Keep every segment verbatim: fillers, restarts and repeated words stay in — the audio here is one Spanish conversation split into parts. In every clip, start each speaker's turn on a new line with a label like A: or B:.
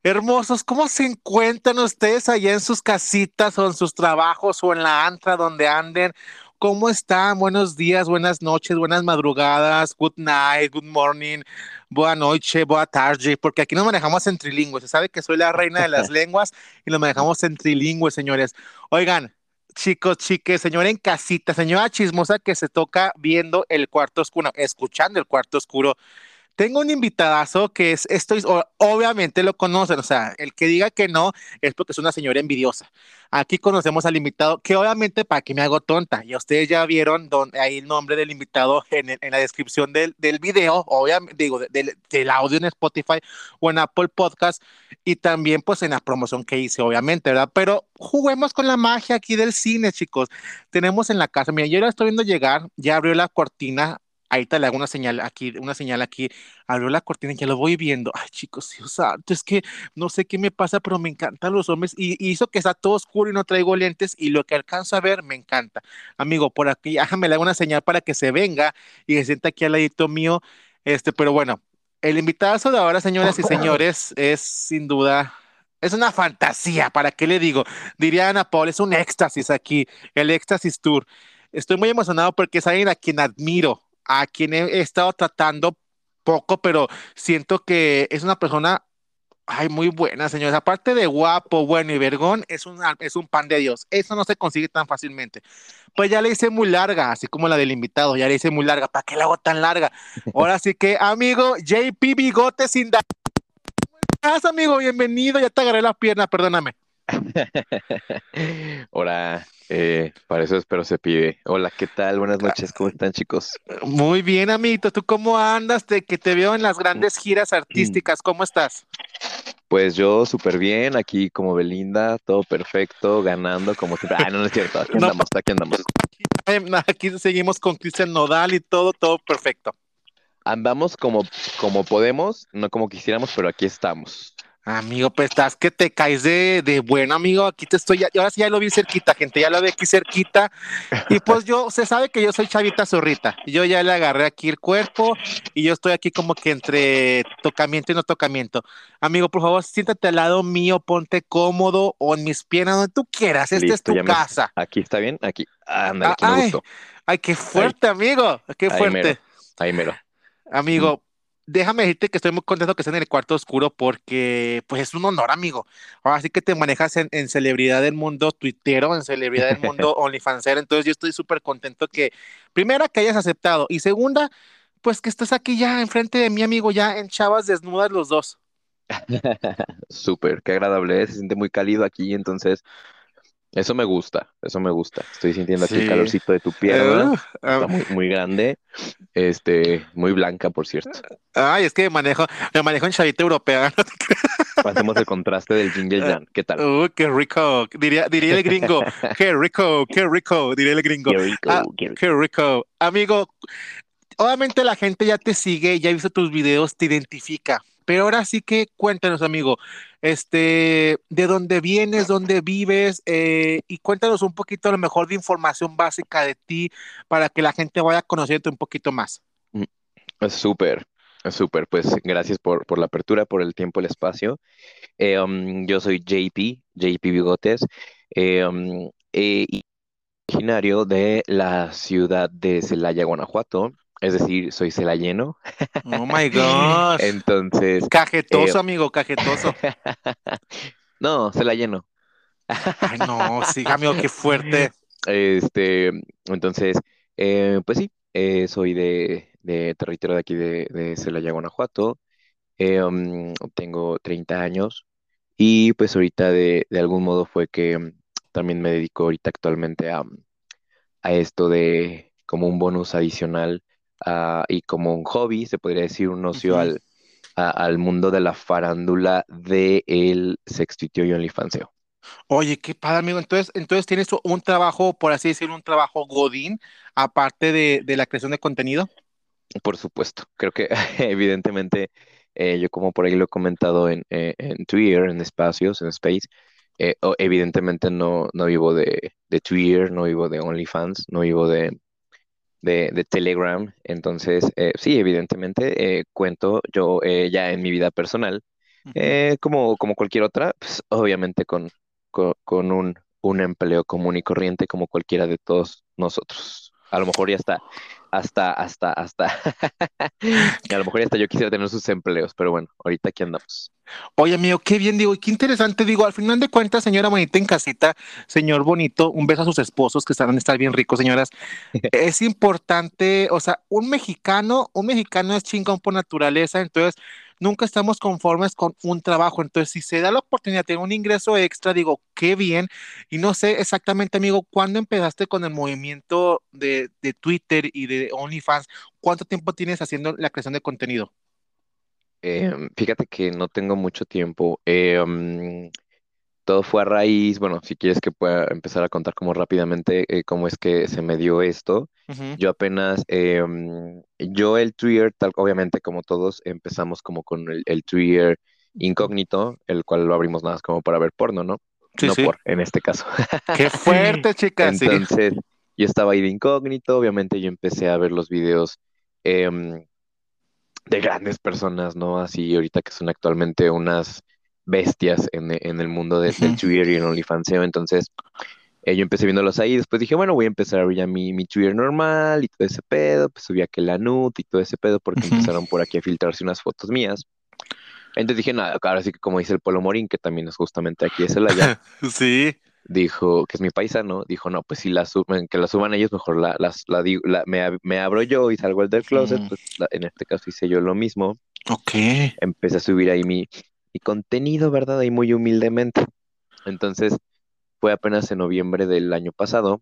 A: Hermosos, ¿cómo se encuentran ustedes allá en sus casitas o en sus trabajos o en la antra donde anden? ¿Cómo están? Buenos días, buenas noches, buenas madrugadas, good night, good morning, boa noche, boa tarde, porque aquí nos manejamos en trilingües. Se sabe que soy la reina de las lenguas y nos manejamos en trilingües, señores. Oigan, chicos, chiques, señora en casita, señora chismosa que se toca viendo el cuarto oscuro, escuchando el cuarto oscuro. Tengo un invitadazo que es, esto es- o- obviamente lo conocen, o sea, el que diga que no es porque es una señora envidiosa. Aquí conocemos al invitado, que obviamente para que me hago tonta, y ustedes ya vieron donde, ahí el nombre del invitado en, el- en la descripción del, del video, obviamente, digo, de- del, del audio en Spotify o en Apple Podcast, y también pues en la promoción que hice, obviamente, ¿verdad? Pero juguemos con la magia aquí del cine, chicos. Tenemos en la casa, mira, yo la estoy viendo llegar, ya abrió la cortina. Ahí te le hago una señal aquí, una señal aquí. Abrió la cortina y ya lo voy viendo. Ay, chicos, Dios santo, es que no sé qué me pasa, pero me encantan los hombres. Y, y hizo que está todo oscuro y no traigo lentes y lo que alcanzo a ver me encanta. Amigo, por aquí, déjame le hago una señal para que se venga y se sienta aquí al ladito mío. Este, pero bueno, el invitado de ahora, señoras y señores, es sin duda, es una fantasía. ¿Para qué le digo? Diría Ana Paul, es un éxtasis aquí, el éxtasis tour. Estoy muy emocionado porque es alguien a quien admiro, a quien he estado tratando poco, pero siento que es una persona, ay, muy buena, señores. Aparte de guapo, bueno y vergón, es un, es un pan de Dios. Eso no se consigue tan fácilmente. Pues ya le hice muy larga, así como la del invitado, ya le hice muy larga. ¿Para qué la hago tan larga? Ahora sí que, amigo, J P Bigote sin dar. Amigo, bienvenido. Ya te agarré la pierna, perdóname.
B: Hola, eh, para eso espero se pide. Hola, ¿qué tal? Buenas noches, ¿cómo están, chicos?
A: Muy bien, amiguito. ¿Tú cómo andas? Te, que te veo en las grandes giras artísticas. ¿Cómo estás?
B: Pues yo súper bien, aquí como Belinda, todo perfecto, ganando como siempre. Ah, no, no es cierto, aquí
A: No,
B: andamos, aquí andamos.
A: aquí seguimos con Cristian Nodal y todo, todo perfecto.
B: Andamos como, como podemos, no como quisiéramos, pero aquí estamos.
A: Amigo, pues estás que te caes de, de bueno, amigo. Aquí te estoy, ya- y ahora sí ya lo vi cerquita, gente, ya lo vi aquí cerquita. Y pues yo, se sabe que yo soy chavita zorrita. Yo ya le agarré aquí el cuerpo y yo estoy aquí como que entre tocamiento y no tocamiento. Amigo, por favor, siéntate al lado mío, ponte cómodo o en mis piernas, donde tú quieras. Esta es
B: Listo,
A: tu
B: ya me...
A: casa.
B: Aquí está bien, aquí. Ándale,
A: Ah,
B: aquí me
A: ay,
B: gustó.
A: ay, qué
B: Ahí,
A: fuerte, amigo, qué
B: ahí
A: fuerte.
B: mero, ahí mero. Mm.
A: Amigo, déjame decirte que estoy muy contento que estés en el cuarto oscuro porque, pues, es un honor, amigo. Ahora sí que te manejas en, en celebridad del mundo tuitero, en celebridad del mundo OnlyFansero. Entonces, yo estoy súper contento que, primera, que hayas aceptado y segunda, pues, que estés aquí ya enfrente de mi amigo, ya en chavas desnudas los dos.
B: Súper, qué agradable es, se siente muy cálido aquí, entonces eso me gusta, eso me gusta. Estoy sintiendo aquí el
A: Sí.
B: calorcito de tu pierna.
A: Uh, ah,
B: Está muy, muy grande. Este, muy blanca, por cierto.
A: ay, es que me manejo, me manejo en chavita europea.
B: Hacemos el contraste del yin y el
A: Eh,
B: yang. ¿Qué tal?
A: uh, qué rico, diría, diría el gringo, qué rico, qué rico, diría el gringo.
B: Qué
A: Ah,
B: rico, qué
A: qué
B: rico.
A: rico. Amigo, obviamente la gente ya te sigue, ya ha visto tus videos, te identifica. Pero ahora sí que cuéntanos, amigo, este, de dónde vienes, dónde vives, eh, y cuéntanos un poquito a lo mejor de información básica de ti para que la gente vaya conociendo un poquito más.
B: Mm, Es súper, es súper. Pues gracias por, por la apertura, por el tiempo, el espacio. Eh, um, yo soy J P, J P Bigotes, eh, um, eh, y originario de la ciudad de Celaya, Guanajuato. Es decir, soy celayeno.
A: Oh my gosh.
B: Entonces, eh,
A: Cajetoso, amigo, cajetoso.
B: no, celayeno.
A: Ay, no, sí, amigo, qué fuerte.
B: Este, entonces, eh, pues sí, eh, soy de, de territorio de aquí de, de Celaya, Guanajuato. Eh, um, tengo treinta años y pues ahorita de, de algún modo fue que um, también me dedico ahorita actualmente a, um, a esto de como un bonus adicional ah, y como un hobby, se podría decir un ocio
A: Ujú.
B: al, a- al mundo de la farándula de el sextuiteo y OnlyFanseo.
A: Oye, qué padre, amigo. Entonces, entonces tienes un trabajo, por así decirlo, un trabajo godín, aparte de, de la creación de contenido.
B: Por supuesto, creo que evidentemente eh, yo como por ahí lo he comentado en, eh, en Twitter, en espacios, en Space, eh, o- evidentemente no, no vivo de, de Twitter, no vivo de OnlyFans, no vivo de, de, de Telegram, entonces eh, sí, evidentemente eh, cuento yo eh, ya en mi vida personal,
A: Ujú.
B: Eh, como, como cualquier otra, pues obviamente con, con, con un, un empleo común y corriente como cualquiera de todos nosotros. A lo mejor ya está, hasta, hasta, hasta, a lo mejor ya hasta yo quisiera tener sus empleos, pero bueno, ahorita aquí andamos.
A: Oye, amigo, qué bien, digo, y qué interesante, digo, al final de cuentas, señora bonita en casita, señor bonito, un beso a sus esposos que están a estar bien ricos, señoras. Es importante, o sea, un mexicano, un mexicano es chingón por naturaleza, entonces nunca estamos conformes con un trabajo, entonces si se da la oportunidad de tener un ingreso extra, digo, qué bien, y no sé exactamente, amigo, ¿cuándo empezaste con el movimiento de, de Twitter y de OnlyFans? ¿Cuánto tiempo tienes haciendo la creación de contenido?
B: Em, fíjate que no tengo mucho tiempo. Em, todo fue a raíz, bueno, si quieres que pueda empezar a contar como rápidamente eh, cómo es que se me dio esto.
A: Ujú,
B: Yo apenas, em, yo el Twitter, tal, obviamente como todos, empezamos como con el, el Twitter
A: ujú.
B: incógnito, el cual lo abrimos nada más como para ver porno, ¿no?
A: Sí,
B: No
A: sí.
B: por, en este caso.
A: Qué fuerte, chicas, sí.
B: Entonces, yo estaba ahí de incógnito, obviamente yo empecé a ver los videos. em, de grandes personas, ¿no? Así ahorita que son actualmente unas bestias en, e- en el mundo de- del
A: Ujú,
B: Twitter y el OnlyFanseo. Entonces, eh, yo empecé viéndolos ahí. Después dije, bueno, voy a empezar a abrir ya mi, mi Twitter normal y todo ese pedo. Pues subí aquel la nude y todo ese pedo porque
A: ujú.
B: empezaron por aquí a filtrarse unas fotos mías. Entonces dije, nada, ahora sí que como dice el Polo Morín, que también es justamente aquí de Celaya,
A: Sí.
B: dijo, que es mi paisano, dijo, no, pues si la suben, que la suban ellos, mejor la, las, la, digo- la- me, ab- me abro yo y salgo el del closet,
A: Ujú.
B: pues la- en este caso hice yo lo mismo.
A: Ok.
B: Empecé a subir ahí mi, mi contenido, ¿verdad? Ahí muy humildemente. Entonces, fue apenas en noviembre del año pasado.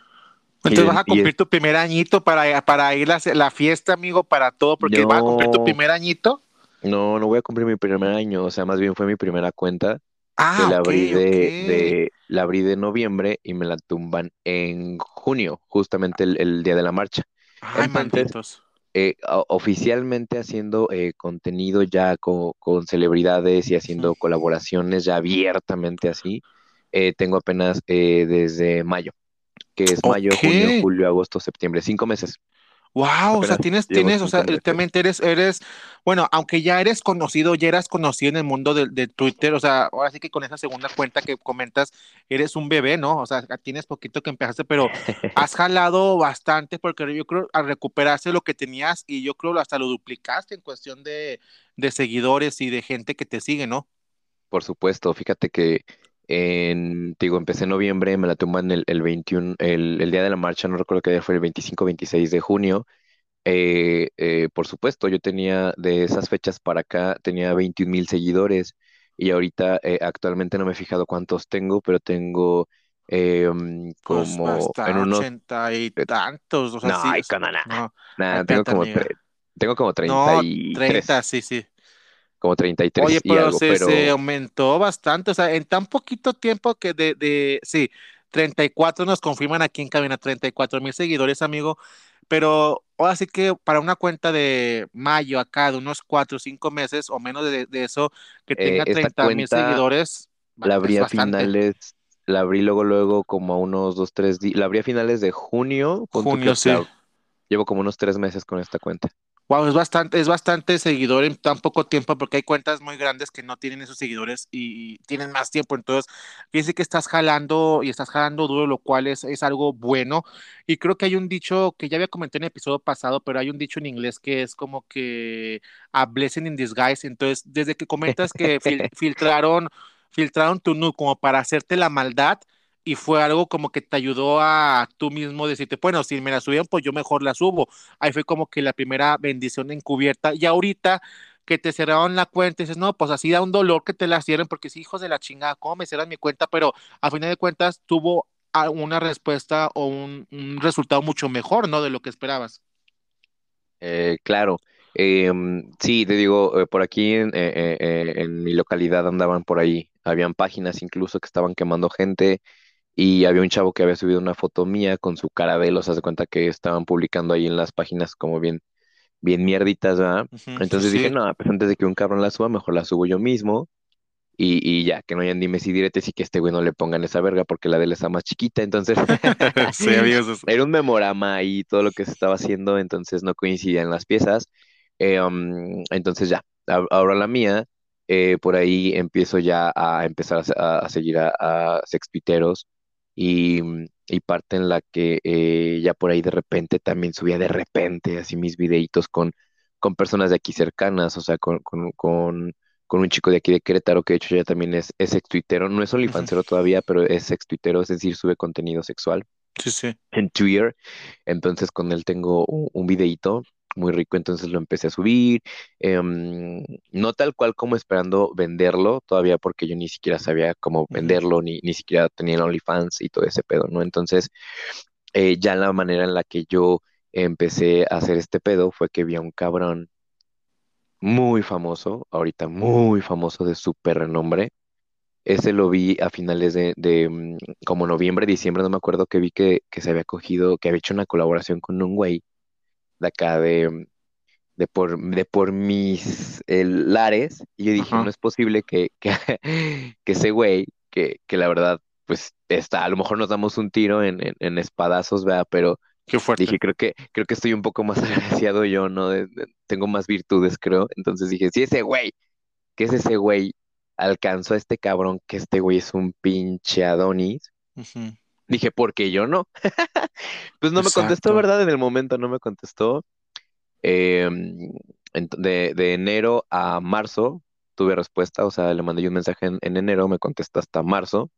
B: Y,
A: Entonces vas
B: de-
A: a
B: y es-
A: cumplir tu primer añito para, para ir a la fiesta, amigo, para todo, porque vas a cumplir tu
B: no,
A: primer añito.
B: no, no voy a cumplir mi primer año, o sea, más bien fue mi primera cuenta que
A: Ah,
B: la
A: ok,
B: abrí
A: ok.
B: de, de, la abrí de noviembre y me la tumban en junio, justamente el, el día de la marcha.
A: Ay,
B: Entonces,
A: malditos.
B: eh, o- oficialmente haciendo eh, contenido ya co- con celebridades y
A: Ujú.
B: haciendo colaboraciones ya abiertamente así, eh, tengo apenas eh, desde mayo, que es mayo,
A: Ok.
B: junio, julio, agosto, septiembre, cinco meses.
A: Wow, o sea,
B: Apenas
A: tienes,
B: llevo
A: tienes, o sea,
B: cinco meses.
A: realmente eres, eres, bueno, aunque ya eres conocido, ya eras conocido en el mundo de, de Twitter, o sea, ahora sí que con esa segunda cuenta que comentas, eres un bebé, ¿no? O sea, tienes poquito que empezaste, pero has jalado bastante porque yo creo al recuperarse lo que tenías y yo creo hasta lo duplicaste en cuestión de, de seguidores y de gente que te sigue, ¿no?
B: Por supuesto, fíjate que en, te digo, empecé en noviembre, me la tumban el, el veintiuno, el, el día de la marcha, no recuerdo qué día fue, el veinticinco veintiséis de junio. Eh, eh, por supuesto, yo tenía de esas fechas para acá, tenía veintiún mil seguidores y ahorita eh, actualmente no me he fijado cuántos tengo, pero tengo eh, mm,
A: Pues
B: como en
A: basta,
B: unos,
A: ochenta y
B: eh,
A: tantos, o sea,
B: no,
A: sí,
B: ay,
A: es-
B: con nada,
A: no, ay,
B: nada, tengo
A: espérate,
B: como, tre-
A: amiga.
B: tengo como treinta
A: No,
B: y
A: treinta,
B: tres
A: sí, sí.
B: como treinta y tres
A: Oye,
B: y
A: pero
B: algo,
A: se, se
B: pero
A: aumentó bastante, o sea, en tan poquito tiempo que de, de, sí, treinta y cuatro nos confirman aquí en cabina, treinta y cuatro mil seguidores, amigo, pero ahora sí que para una cuenta de mayo acá, de unos cuatro o cinco meses o menos de, de eso, que
B: eh,
A: tenga
B: esta
A: treinta mil
B: cuenta
A: seguidores, ba-
B: la abrí
A: es
B: a
A: bastante.
B: finales, la abrí luego, luego como a unos dos, tres días, la abrí a finales de junio, punto que
A: Junio, sí.
B: la, llevo como unos tres meses con esta cuenta.
A: Wow, es bastante, es bastante seguidor en tan poco tiempo porque hay cuentas muy grandes que no tienen esos seguidores y tienen más tiempo. Entonces, quiere decir que estás jalando y estás jalando duro, lo cual es, es algo bueno. Y creo que hay un dicho que ya había comentado en el episodio pasado, pero hay un dicho en inglés que es como que a blessing in disguise. Entonces, desde que comentas que fil- filtraron, filtraron tu nude como para hacerte la maldad. Y fue algo como que te ayudó a tú mismo decirte, bueno, si me la subieron, pues yo mejor la subo. Ahí fue como que la primera bendición encubierta. Y ahorita que te cerraron la cuenta, dices, no, pues así da un dolor que te la cierren, porque sí, hijos de la chingada, ¿cómo me cierran mi cuenta? Pero a final de cuentas tuvo a- una respuesta o un, un resultado mucho mejor, ¿no? De lo que esperabas.
B: Eh, claro, em, sí, te digo, eh, por aquí en, eh, eh, eh, en mi localidad andaban por ahí, habían páginas incluso que estaban quemando gente y había un chavo que había subido una foto mía con su cara de los, haz de cuenta que estaban publicando ahí en las páginas como bien, bien mierditas, ¿verdad?
A: Ujú, sí,
B: Entonces dije,
A: sí.
B: no, pues antes de que un cabrón la suba, mejor la subo yo mismo y, y ya, que no hayan dimes y diretes y que este güey no le pongan esa verga porque la de él está más chiquita, entonces
A: Sí, amigos. es-
B: era un memorama y todo lo que se estaba haciendo, entonces no coincidían las piezas. Eh, um, entonces ya, ab- abro la mía eh, por ahí empiezo ya a empezar a, se- a- a seguir a, a sextuiteros y, mm, y parte en la que eh, ya por ahí de repente también subía de repente así mis videitos con, con personas de aquí cercanas, o sea, con, con, con, con un chico de aquí de Querétaro que de hecho ya también es, es sextuitero, no es
A: Ujú.
B: OnlyFansero todavía, pero es sextuitero, es decir, sube contenido sexual
A: Sí, sí.
B: en Twitter. Entonces con él tengo un, un videíto muy rico, entonces lo empecé a subir. em, no tal cual como esperando venderlo todavía, porque yo ni siquiera sabía cómo
A: Ujú.
B: venderlo, ni, ni siquiera tenía el OnlyFans y todo ese pedo, ¿no? Entonces, eh, ya la manera en la que yo empecé a hacer este pedo fue que vi a un cabrón muy famoso, ahorita muy famoso de súper renombre. Ese lo vi a finales de, de, mm, como noviembre, diciembre, no me acuerdo, que vi que, que se había cogido, que había hecho una colaboración con un güey de acá de, mm, de por, de por mis eh, lares. Y yo dije, no
A: Ajá.
B: es posible que, que, que ese güey, que, que la verdad, pues está, a lo mejor nos damos un tiro en, en, en espadazos, ¿verdad? Pero
A: Qué fuerte.
B: dije, creo que, creo que estoy un poco más agraciado yo, ¿no? De- de- tengo más virtudes, creo. Entonces dije, sí, ese güey, que es ese güey, alcanzó a este cabrón, que este güey es un pinche Adonis.
A: Ujú.
B: Dije, ¿por qué yo no? Pues no me contestó,
A: Exacto.
B: ¿verdad? En el momento no me contestó. Em, ent- de, de enero a marzo tuve respuesta, o sea, le mandé yo un mensaje en, en enero, me contesta hasta marzo.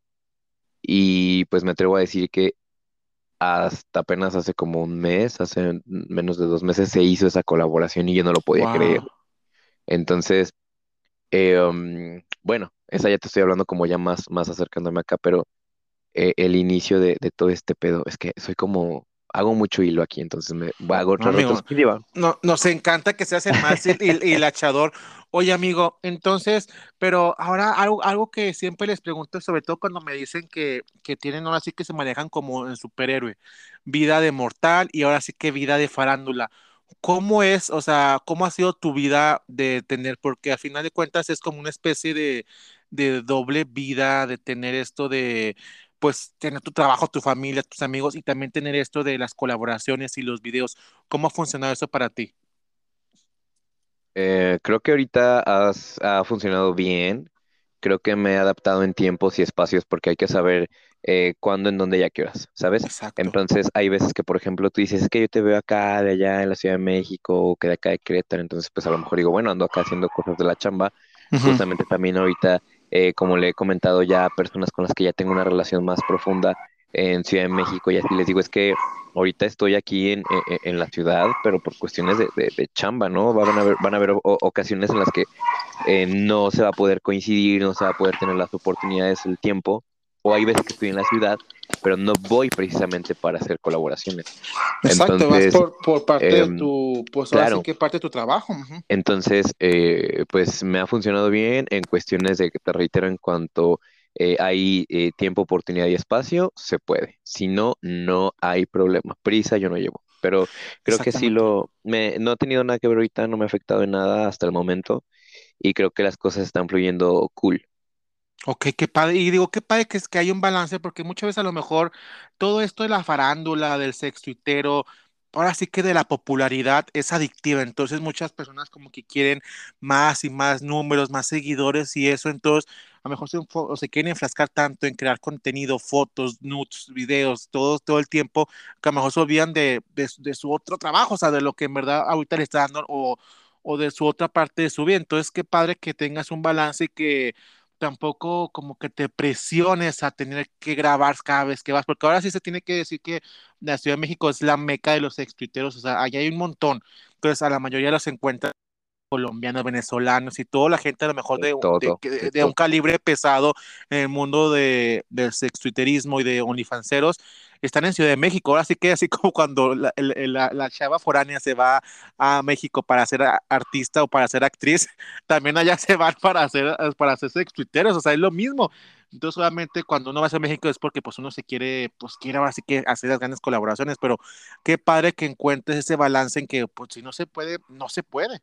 B: Y pues me atrevo a decir que hasta apenas hace como un mes, hace menos de dos meses, se hizo esa colaboración y yo no lo podía creer.
A: Wow.
B: Entonces, eh, um, bueno, esa ya te estoy hablando como ya más, más acercándome acá, pero eh, el inicio de, de todo este pedo es que soy como, hago mucho hilo aquí, entonces me hago
A: No,
B: otra
A: amigo,
B: retrospectiva.
A: no, nos encanta que seas el más y, y- y el achador. Oye, amigo, entonces, pero ahora algo, algo que siempre les pregunto, sobre todo cuando me dicen que, que tienen, ahora sí que se manejan como en superhéroe, vida de mortal y ahora sí que vida de farándula. ¿Cómo es, o sea, cómo ha sido tu vida de tener, porque al final de cuentas es como una especie de, de doble vida, de tener esto de pues tener tu trabajo, tu familia, tus amigos y también tener esto de las colaboraciones y los videos. ¿Cómo ha funcionado eso para ti?
B: Eh, creo que ahorita has, ha funcionado bien. Creo que me he adaptado en tiempos y espacios porque hay que saber eh, cuándo, en dónde y a qué horas, ¿sabes?
A: Exacto.
B: Entonces, hay veces que, por ejemplo, tú dices, es que yo te veo acá, de allá en la Ciudad de México, o que de acá de Querétaro. Entonces, pues a lo mejor digo, bueno, ando acá haciendo cosas de la chamba.
A: Ujú.
B: Justamente también ahorita, eh, como le he comentado ya a personas con las que ya tengo una relación más profunda en Ciudad de México, y así les digo, es que ahorita estoy aquí en, en- en la ciudad, pero por cuestiones de, de- de chamba, ¿no? Van a haber, van a haber o- ocasiones en las que eh, no se va a poder coincidir, no se va a poder tener las oportunidades, el tiempo, o hay veces que estoy en la ciudad, pero no voy precisamente para hacer colaboraciones.
A: Exacto, vas
B: Entonces,
A: por, por parte de
B: em,
A: tu, pues ahora sí
B: claro,
A: que parte de tu trabajo. Ujú.
B: entonces, eh, pues me ha funcionado bien en cuestiones de que te reitero, en cuanto eh, hay eh, tiempo, oportunidad y espacio, se puede. Si no, no hay problema. Prisa yo no llevo. Pero creo que sí
A: Exactamente.
B: lo, me, no ha tenido nada que ver ahorita, no me ha afectado en nada hasta el momento y creo que las cosas están fluyendo cool.
A: Ok, qué padre. Y digo, qué padre que es que hay un balance, porque muchas veces a lo mejor todo esto de la farándula, del sexo tuitero, ahora sí que de la popularidad es adictiva. Entonces muchas personas como que quieren más y más números, más seguidores y eso. Entonces a lo mejor se, enfo- o se quieren enfrascar tanto en crear contenido, fotos, nudes, videos, todo, todo el tiempo, que a lo mejor se olvidan de, de, su de su otro trabajo, o sea, de lo que en verdad ahorita le está dando o, o de su otra parte de su vida. Entonces qué padre que tengas un balance y que tampoco como que te presiones a tener que grabar cada vez que vas, porque ahora sí se tiene que decir que la Ciudad de México es la meca de los extuiteros, o sea, allá hay un montón, entonces a la mayoría los encuentran colombianos, venezolanos y toda la gente a lo mejor
B: De
A: de, de,
B: todo, de
A: de- de un
B: todo.
A: calibre pesado en el mundo de, del sextuiterismo y de OnlyFanseros están en Ciudad de México. Ahora sí que así como cuando la, el- el- la- la chava foránea se va a México para ser a- artista o para ser actriz, también allá se van para hacer, para hacer sextuiteros, o sea, es lo mismo. Entonces, obviamente, cuando uno va a ser México es porque pues uno se quiere, pues quiere ahora sí que hacer las grandes colaboraciones, pero qué padre que encuentres ese balance en que pues si no se puede, no se puede.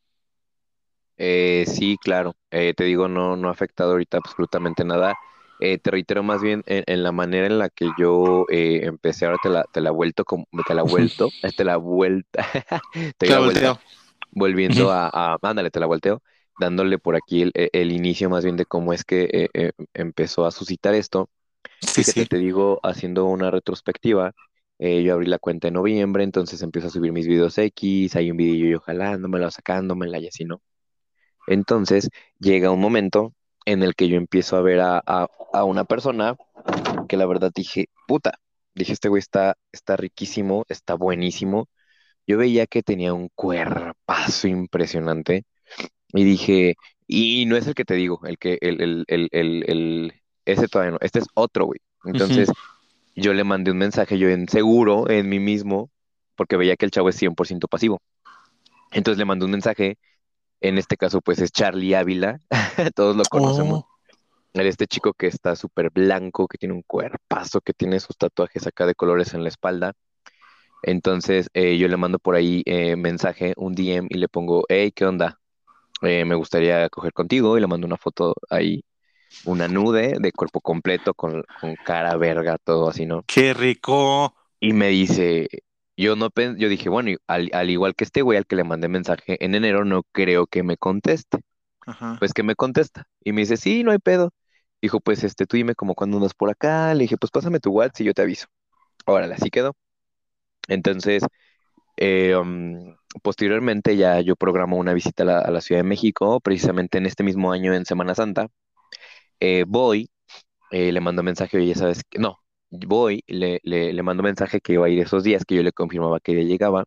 B: Eh, sí, claro. Eh, te digo, no, no ha afectado ahorita absolutamente nada. Eh, te reitero más bien en, en la manera en la que yo eh, empecé, ahora te la, te la vuelto, como, te la vuelto, eh, te la vuelta, te doy
A: Te la
B: la vuelta,
A: volteo. Ujú.
B: volviendo a, a, ándale, te la volteo. dándole por aquí el, e- el inicio más bien de cómo es que eh, eh, empezó a suscitar esto.
A: Sí,
B: Fíjate,
A: sí.
B: te digo, haciendo una retrospectiva, eh, yo abrí la cuenta en noviembre, entonces empiezo a subir mis videos X, hay un video yo jalándomela, sacándomela y así, ¿no? Entonces llega un momento en el que yo empiezo a ver a, a, a una persona que la verdad dije, puta, dije, este güey está, está riquísimo, está buenísimo. Yo veía que tenía un cuerpazo impresionante y dije, y no es el que te digo, el que, el, el, el, el, el- ese todavía no, este es otro, güey.
A: Ujú.
B: Entonces yo le mandé un mensaje, yo en seguro, en mí mismo, porque veía que el chavo es cien por ciento pasivo. Entonces le mandé un mensaje, en este caso pues es Charlie Ávila, todos lo conocemos.
A: Oh,
B: Era este chico que está súper blanco, que tiene un cuerpazo, que tiene sus tatuajes acá de colores en la espalda. Entonces eh, yo le mando por ahí eh, mensaje, un D M y le pongo, hey, ¿qué onda? Eh, me gustaría coger contigo y le mando una foto ahí, una nude de cuerpo completo con, con cara, verga, todo así, ¿no?
A: qué rico.
B: Y me dice, yo no pen- yo dije, bueno, y al, al igual que este güey al que le mandé mensaje en enero, no creo que me conteste.
A: Ajá.
B: Pues que me contesta. Y me dice, sí, no hay pedo. Dijo, pues este, tú dime como cuando andas por acá. Le dije, pues pásame tu WhatsApp y yo te aviso. Órale, así quedó. Entonces, eh, um, posteriormente ya yo programo una visita a la, a la Ciudad de México, precisamente en este mismo año en Semana Santa. Eh, voy, eh, le mando mensaje, oye, ¿sabes qué? No, voy, le, le, le mando mensaje que iba a ir esos días, que yo le confirmaba que ya llegaba.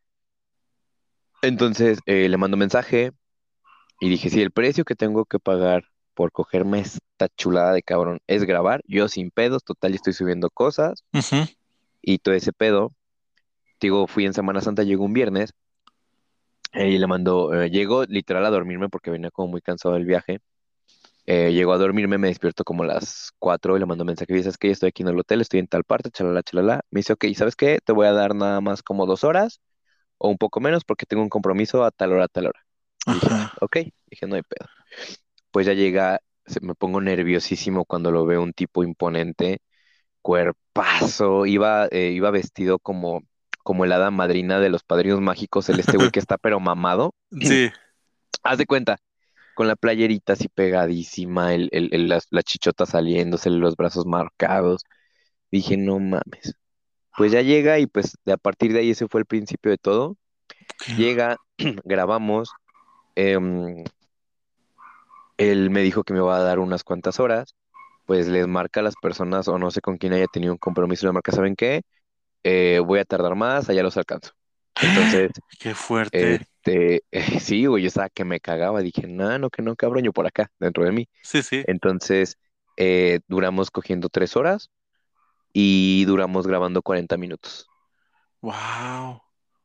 B: Entonces, eh, le mando mensaje y dije, si el precio que tengo que pagar por cogerme esta chulada de cabrón es grabar, yo sin pedos, total, ya estoy subiendo cosas
A: Ujú.
B: y todo ese pedo. Digo, fui en Semana Santa, llegó un viernes eh, y le mandó, eh, llego literal a dormirme porque venía como muy cansado del viaje. Eh, llego a dormirme, me despierto como a las cuatro y le mando mensaje, dices que estoy aquí en el hotel, estoy en tal parte, chalala, chalala. Me dice, ok, ¿sabes qué? Te voy a dar nada más como dos horas o un poco menos porque tengo un compromiso a tal hora, a tal hora. Y dije, ah,
A: Ajá.
B: ok, dije, no hay pedo. Pues ya llega, se- me pongo nerviosísimo cuando lo veo un tipo imponente, cuerpazo, iba, eh, iba vestido como, como el hada madrina de los Padrinos Mágicos, el este güey que está pero mamado.
A: Sí.
B: Haz de cuenta, con la playerita así pegadísima, el, el, el- las, la chichota saliéndose, los brazos marcados. Dije, no mames. Pues ya llega y pues de a partir de ahí ese fue el principio de todo.
A: ¿Qué?
B: Llega, grabamos, em, él me dijo que me iba a dar unas cuantas horas, pues les marca a las personas o no sé con quién haya tenido un compromiso, le marca, ¿saben qué? Eh, voy a tardar más, allá los alcanzo. Entonces,
A: Qué fuerte.
B: este, sí, güey, yo estaba que me cagaba, dije, no, no, que no, cabrón, yo por acá, dentro de mí.
A: Sí, sí.
B: Entonces, eh, duramos cogiendo tres horas y duramos grabando cuarenta minutos.
A: Wow.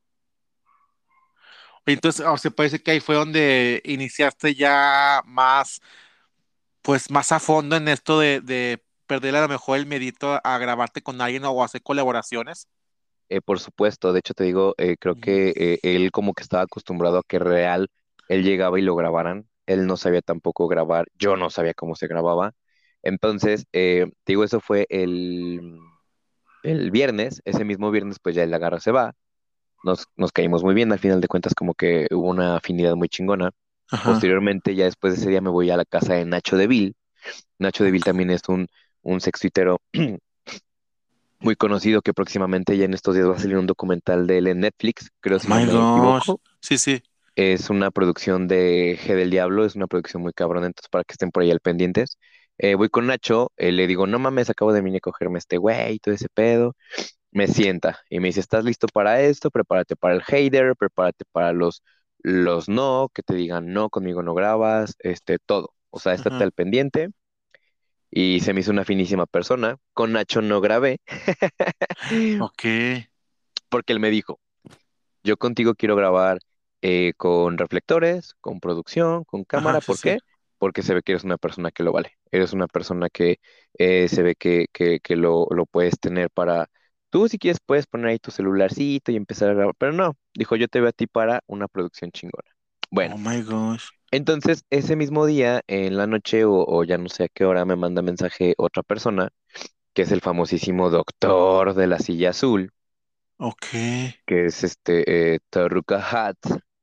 A: Entonces, o sea, parece que ahí fue donde iniciaste ya más, pues más a fondo en esto de, de perder a lo mejor el miedito a grabarte con alguien o hacer colaboraciones.
B: Eh, por supuesto, de hecho te digo, eh, creo
A: Ujú.
B: que eh, él como que estaba acostumbrado a que real, él llegaba y lo grabaran, él no sabía tampoco grabar, yo no sabía cómo se grababa. Entonces, eh, te digo, eso fue el, el viernes, ese mismo viernes pues ya él agarra, se va, nos, nos caímos muy bien, al final de cuentas como que hubo una afinidad muy chingona.
A: Ajá.
B: Posteriormente, ya después de ese día me voy a la casa de Nacho Deville. Nacho Deville
A: Ok.
B: también es un, un sextuitero muy conocido que próximamente ya en estos días va a salir un documental de él en Netflix, creo
A: Oh
B: si no
A: my
B: me
A: gosh.
B: equivoco.
A: Sí, sí.
B: Es una producción de G del Diablo, es una producción muy cabrona, entonces para que estén por ahí al pendientes. Eh, voy con Nacho, eh, le digo, no mames, acabo de venir a cogerme este güey y todo ese pedo. Me sienta y me dice, ¿estás listo para esto? Prepárate para el hater, prepárate para los, los no, que te digan no, conmigo no grabas, este, todo. O sea, estate
A: Ajá.
B: al pendiente. Y se me hizo una finísima persona. Con Nacho no grabé
A: Ok.
B: porque él me dijo, yo contigo quiero grabar eh, con reflectores, con producción, con
A: Ajá,
B: cámara.
A: sí,
B: ¿Por
A: sí.
B: qué? Porque se ve que eres una persona que lo vale. Eres una persona que eh, se ve que, que, que lo, lo puedes tener para... Tú si quieres puedes poner ahí tu celularcito y empezar a grabar, pero no, dijo yo te veo a ti para una producción chingona. Bueno,
A: Oh my gosh.
B: entonces ese mismo día, en la noche o, o ya no sé a qué hora, me manda mensaje otra persona, que es el famosísimo doctor de la silla azul,
A: Ok.
B: que es este eh, Taruka Hat.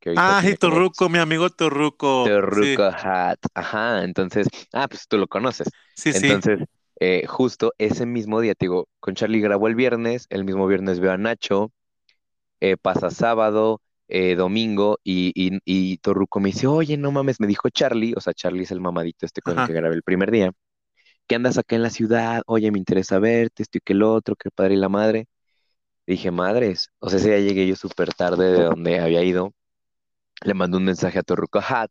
B: que ahorita
A: Ah, sí,
B: tiene como
A: Torruco, mi amigo Torruco. Sí,
B: Torruco Hat. Ajá, entonces, ah, pues tú lo conoces.
A: sí, sí.
B: Entonces, eh, justo ese mismo día, te digo, con Charlie grabó el viernes, el mismo viernes veo a Nacho, eh, pasa sábado, eh, domingo, y, y, y Torruco me dice, oye, no mames, me dijo Charlie, o sea, Charlie es el mamadito este con el que
A: Ajá.
B: grabé el primer día, ¿qué andas acá en la ciudad? Oye, me interesa verte, esto y que el otro, que el padre y la madre. Dije, madres, o sea, ese día llegué yo súper tarde de donde había ido. Le mandó un mensaje a Torruco Hat.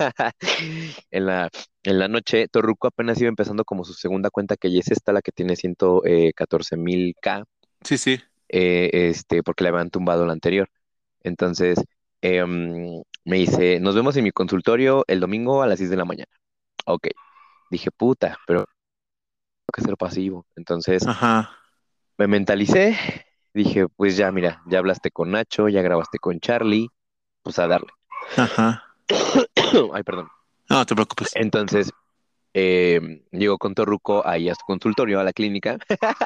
B: En la, en la noche, Torruco apenas iba empezando como su segunda cuenta, que ya es esta la que tiene ciento catorce mil K,
A: Sí, sí.
B: eh, este, porque le habían tumbado la anterior. Entonces, em, me dice, nos vemos en mi consultorio el domingo a las seis de la mañana. Ok, dije, puta, pero tengo que ser pasivo. Entonces,
A: Ajá.
B: me mentalicé, dije, pues ya, mira, ya hablaste con Nacho, ya grabaste con Charlie, pues a darle.
A: Ajá.
B: Ay, perdón.
A: No, no te preocupes.
B: Entonces, eh, llego con Torruco ahí a su consultorio, a la clínica,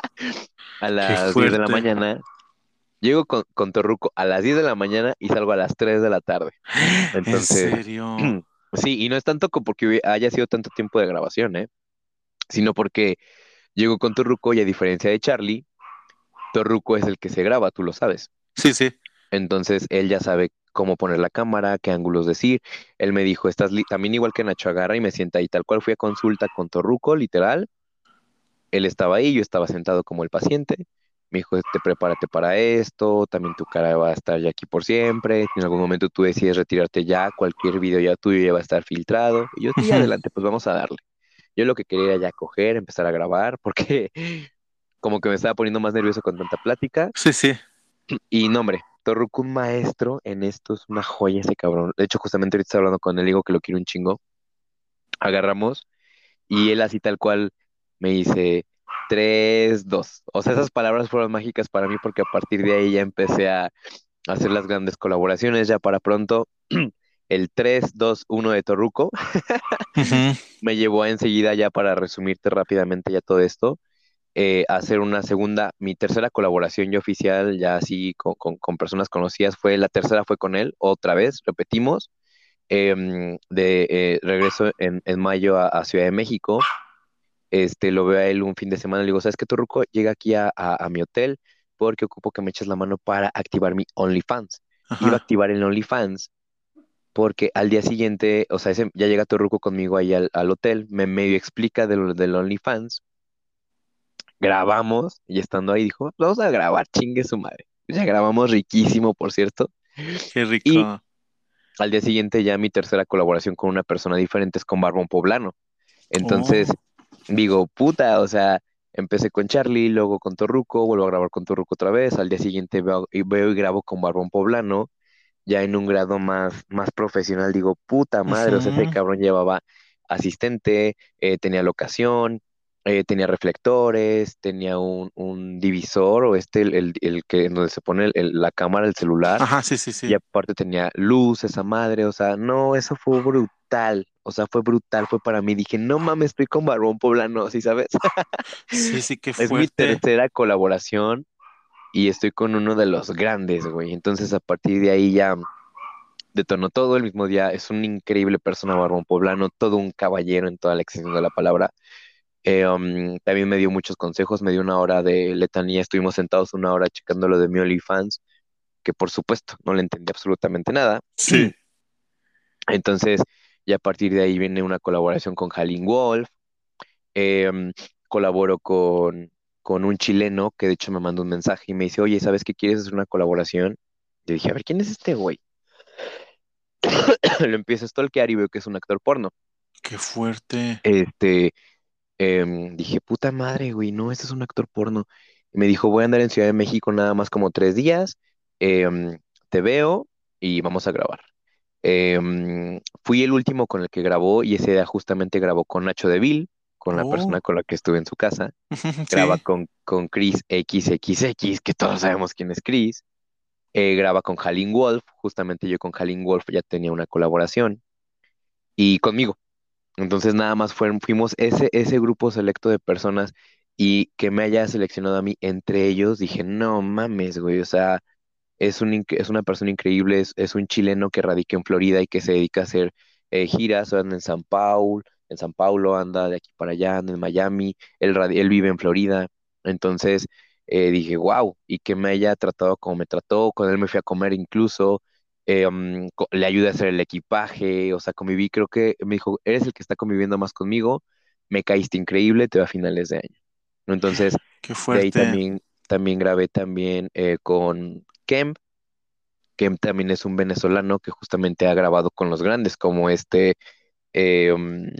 B: a
A: Qué
B: las diez de la
A: fuerte.
B: mañana. Llego con, con Torruco a las diez de la mañana y salgo a las tres de la tarde.
A: ¿En
B: Entonces,
A: serio?
B: sí, y no es tanto co- porque hubi- haya sido tanto tiempo de grabación, ¿eh? Sino porque llego con Torruco y a diferencia de Charlie, Torruco es el que se graba, tú lo sabes.
A: Sí, sí.
B: Entonces, él ya sabe cómo poner la cámara, qué ángulos decir. Él me dijo, estás li-?" También igual que Nacho agarra y me sienta ahí, tal cual fui a consulta con Torruco, literal. Él estaba ahí, yo estaba sentado como el paciente. Me dijo, te prepárate para esto, también tu cara va a estar ya aquí por siempre. Si en algún momento tú decides retirarte ya, cualquier video ya tuyo ya va a estar filtrado. Y yo, sí,
A: Ujú.
B: adelante, pues vamos a darle. Yo lo que quería era ya coger, empezar a grabar, porque como que me estaba poniendo más nervioso con tanta plática.
A: Sí, sí.
B: Y no, hombre, Torruco, un maestro en esto, es una joya ese cabrón. De hecho, justamente ahorita estaba hablando con él, digo que lo quiero un chingo. Agarramos. Y él así tal cual me dice tres, dos. O sea, esas palabras fueron mágicas para mí porque a partir de ahí ya empecé a hacer las grandes colaboraciones. Ya para pronto, el tres, dos, uno de Torruco
A: Ujú.
B: me llevó a enseguida ya para resumirte rápidamente ya todo esto, eh, a hacer una segunda, mi tercera colaboración ya oficial, ya así con, con, con personas conocidas, fue la tercera fue con él, otra vez, repetimos, em, de eh, regreso en, en mayo a a Ciudad de México. Este, lo veo a él un fin de semana, le digo, ¿sabes qué, Torruco? Llega aquí a, a- a mi hotel porque ocupo que me eches la mano para activar mi OnlyFans. Iba a
A: Ajá.
B: activar el OnlyFans porque al día siguiente, o sea, ese- ya llega Torruco conmigo ahí al, al hotel, me medio explica de lo del OnlyFans, grabamos y estando ahí dijo, vamos a grabar, chingue su madre. Ya grabamos riquísimo, por cierto.
A: Qué
B: Y
A: rico.
B: al día siguiente ya mi tercera colaboración con una persona diferente es con Barbón Poblano. Entonces,
A: Oh.
B: digo, puta, o sea, empecé con Charlie, luego con Torruco, vuelvo a grabar con Torruco otra vez, al día siguiente veo y, veo y grabo con Barbón Poblano, ya en un grado más, más profesional, digo, puta madre, o sea, ese
A: Ujú.
B: cabrón llevaba asistente, eh, tenía locación, eh, tenía reflectores, tenía un, un divisor o este, el, el, el que en donde se pone el- el- la cámara del celular,
A: Ajá, sí, sí,
B: y
A: sí.
B: aparte tenía luz, esa madre, o sea, no, eso fue brutal. O sea, fue brutal, fue para mí. Dije, no mames, estoy con Barbón Poblano, ¿sí sabes?
A: Sí, sí, qué
B: Es mi
A: fuerte.
B: tercera colaboración y estoy con uno de los grandes, güey. Entonces, a partir de ahí ya detonó todo el mismo día. Es una increíble persona, Barbón Poblano, todo un caballero en toda la extensión de la palabra. Eh, um, también me dio muchos consejos, me dio una hora de letanía. Estuvimos sentados una hora checando lo de mi OnlyFans, que por supuesto no le entendí absolutamente nada.
A: Sí.
B: Entonces, ya a partir de ahí viene una colaboración con Halin Wolf. em, Colaboro con, con un chileno que de hecho me mandó un mensaje y me dice, oye, ¿sabes qué quieres hacer una colaboración? Yo dije, a ver, ¿quién es este güey? Lo empiezo a stalkear y veo que es un actor porno.
A: Qué fuerte.
B: Este, em, dije, puta madre, güey, no, este es un actor porno. Y me dijo, voy a andar en Ciudad de México nada más como tres días, em, te veo y vamos a grabar. Em, fui el último con el que grabó y ese día justamente grabó con Nacho Deville, con la persona
A: Oh.
B: con la que estuve en su casa. Graba
A: Sí.
B: con, con Chris equis equis equis, que todos sabemos quién es Chris. Eh, graba con Halin Wolf, justamente yo con Halin Wolf ya tenía una colaboración, y conmigo. Entonces nada más fueron, fuimos ese, ese grupo selecto de personas y que me haya seleccionado a mí entre ellos, dije, no mames, güey, o sea, Es un, inc- es una persona increíble, es, es un chileno que radica en Florida y que se dedica a hacer eh, giras, anda en San Paulo, en San Paulo, anda de aquí para allá, anda en Miami, él, radi- él vive en Florida. Entonces eh, dije, wow, y que me haya tratado como me trató, con él me fui a comer incluso, eh, mm, co- le ayudé a hacer el equipaje, o sea, conviví, creo que me dijo, eres el que está conviviendo más conmigo, me caíste increíble, te veo a finales de año. Entonces,
A: Qué
B: de ahí
A: fuerte.
B: también, también grabé también eh, con Kem, que también es un venezolano que justamente ha grabado con los grandes, como este eh, mm,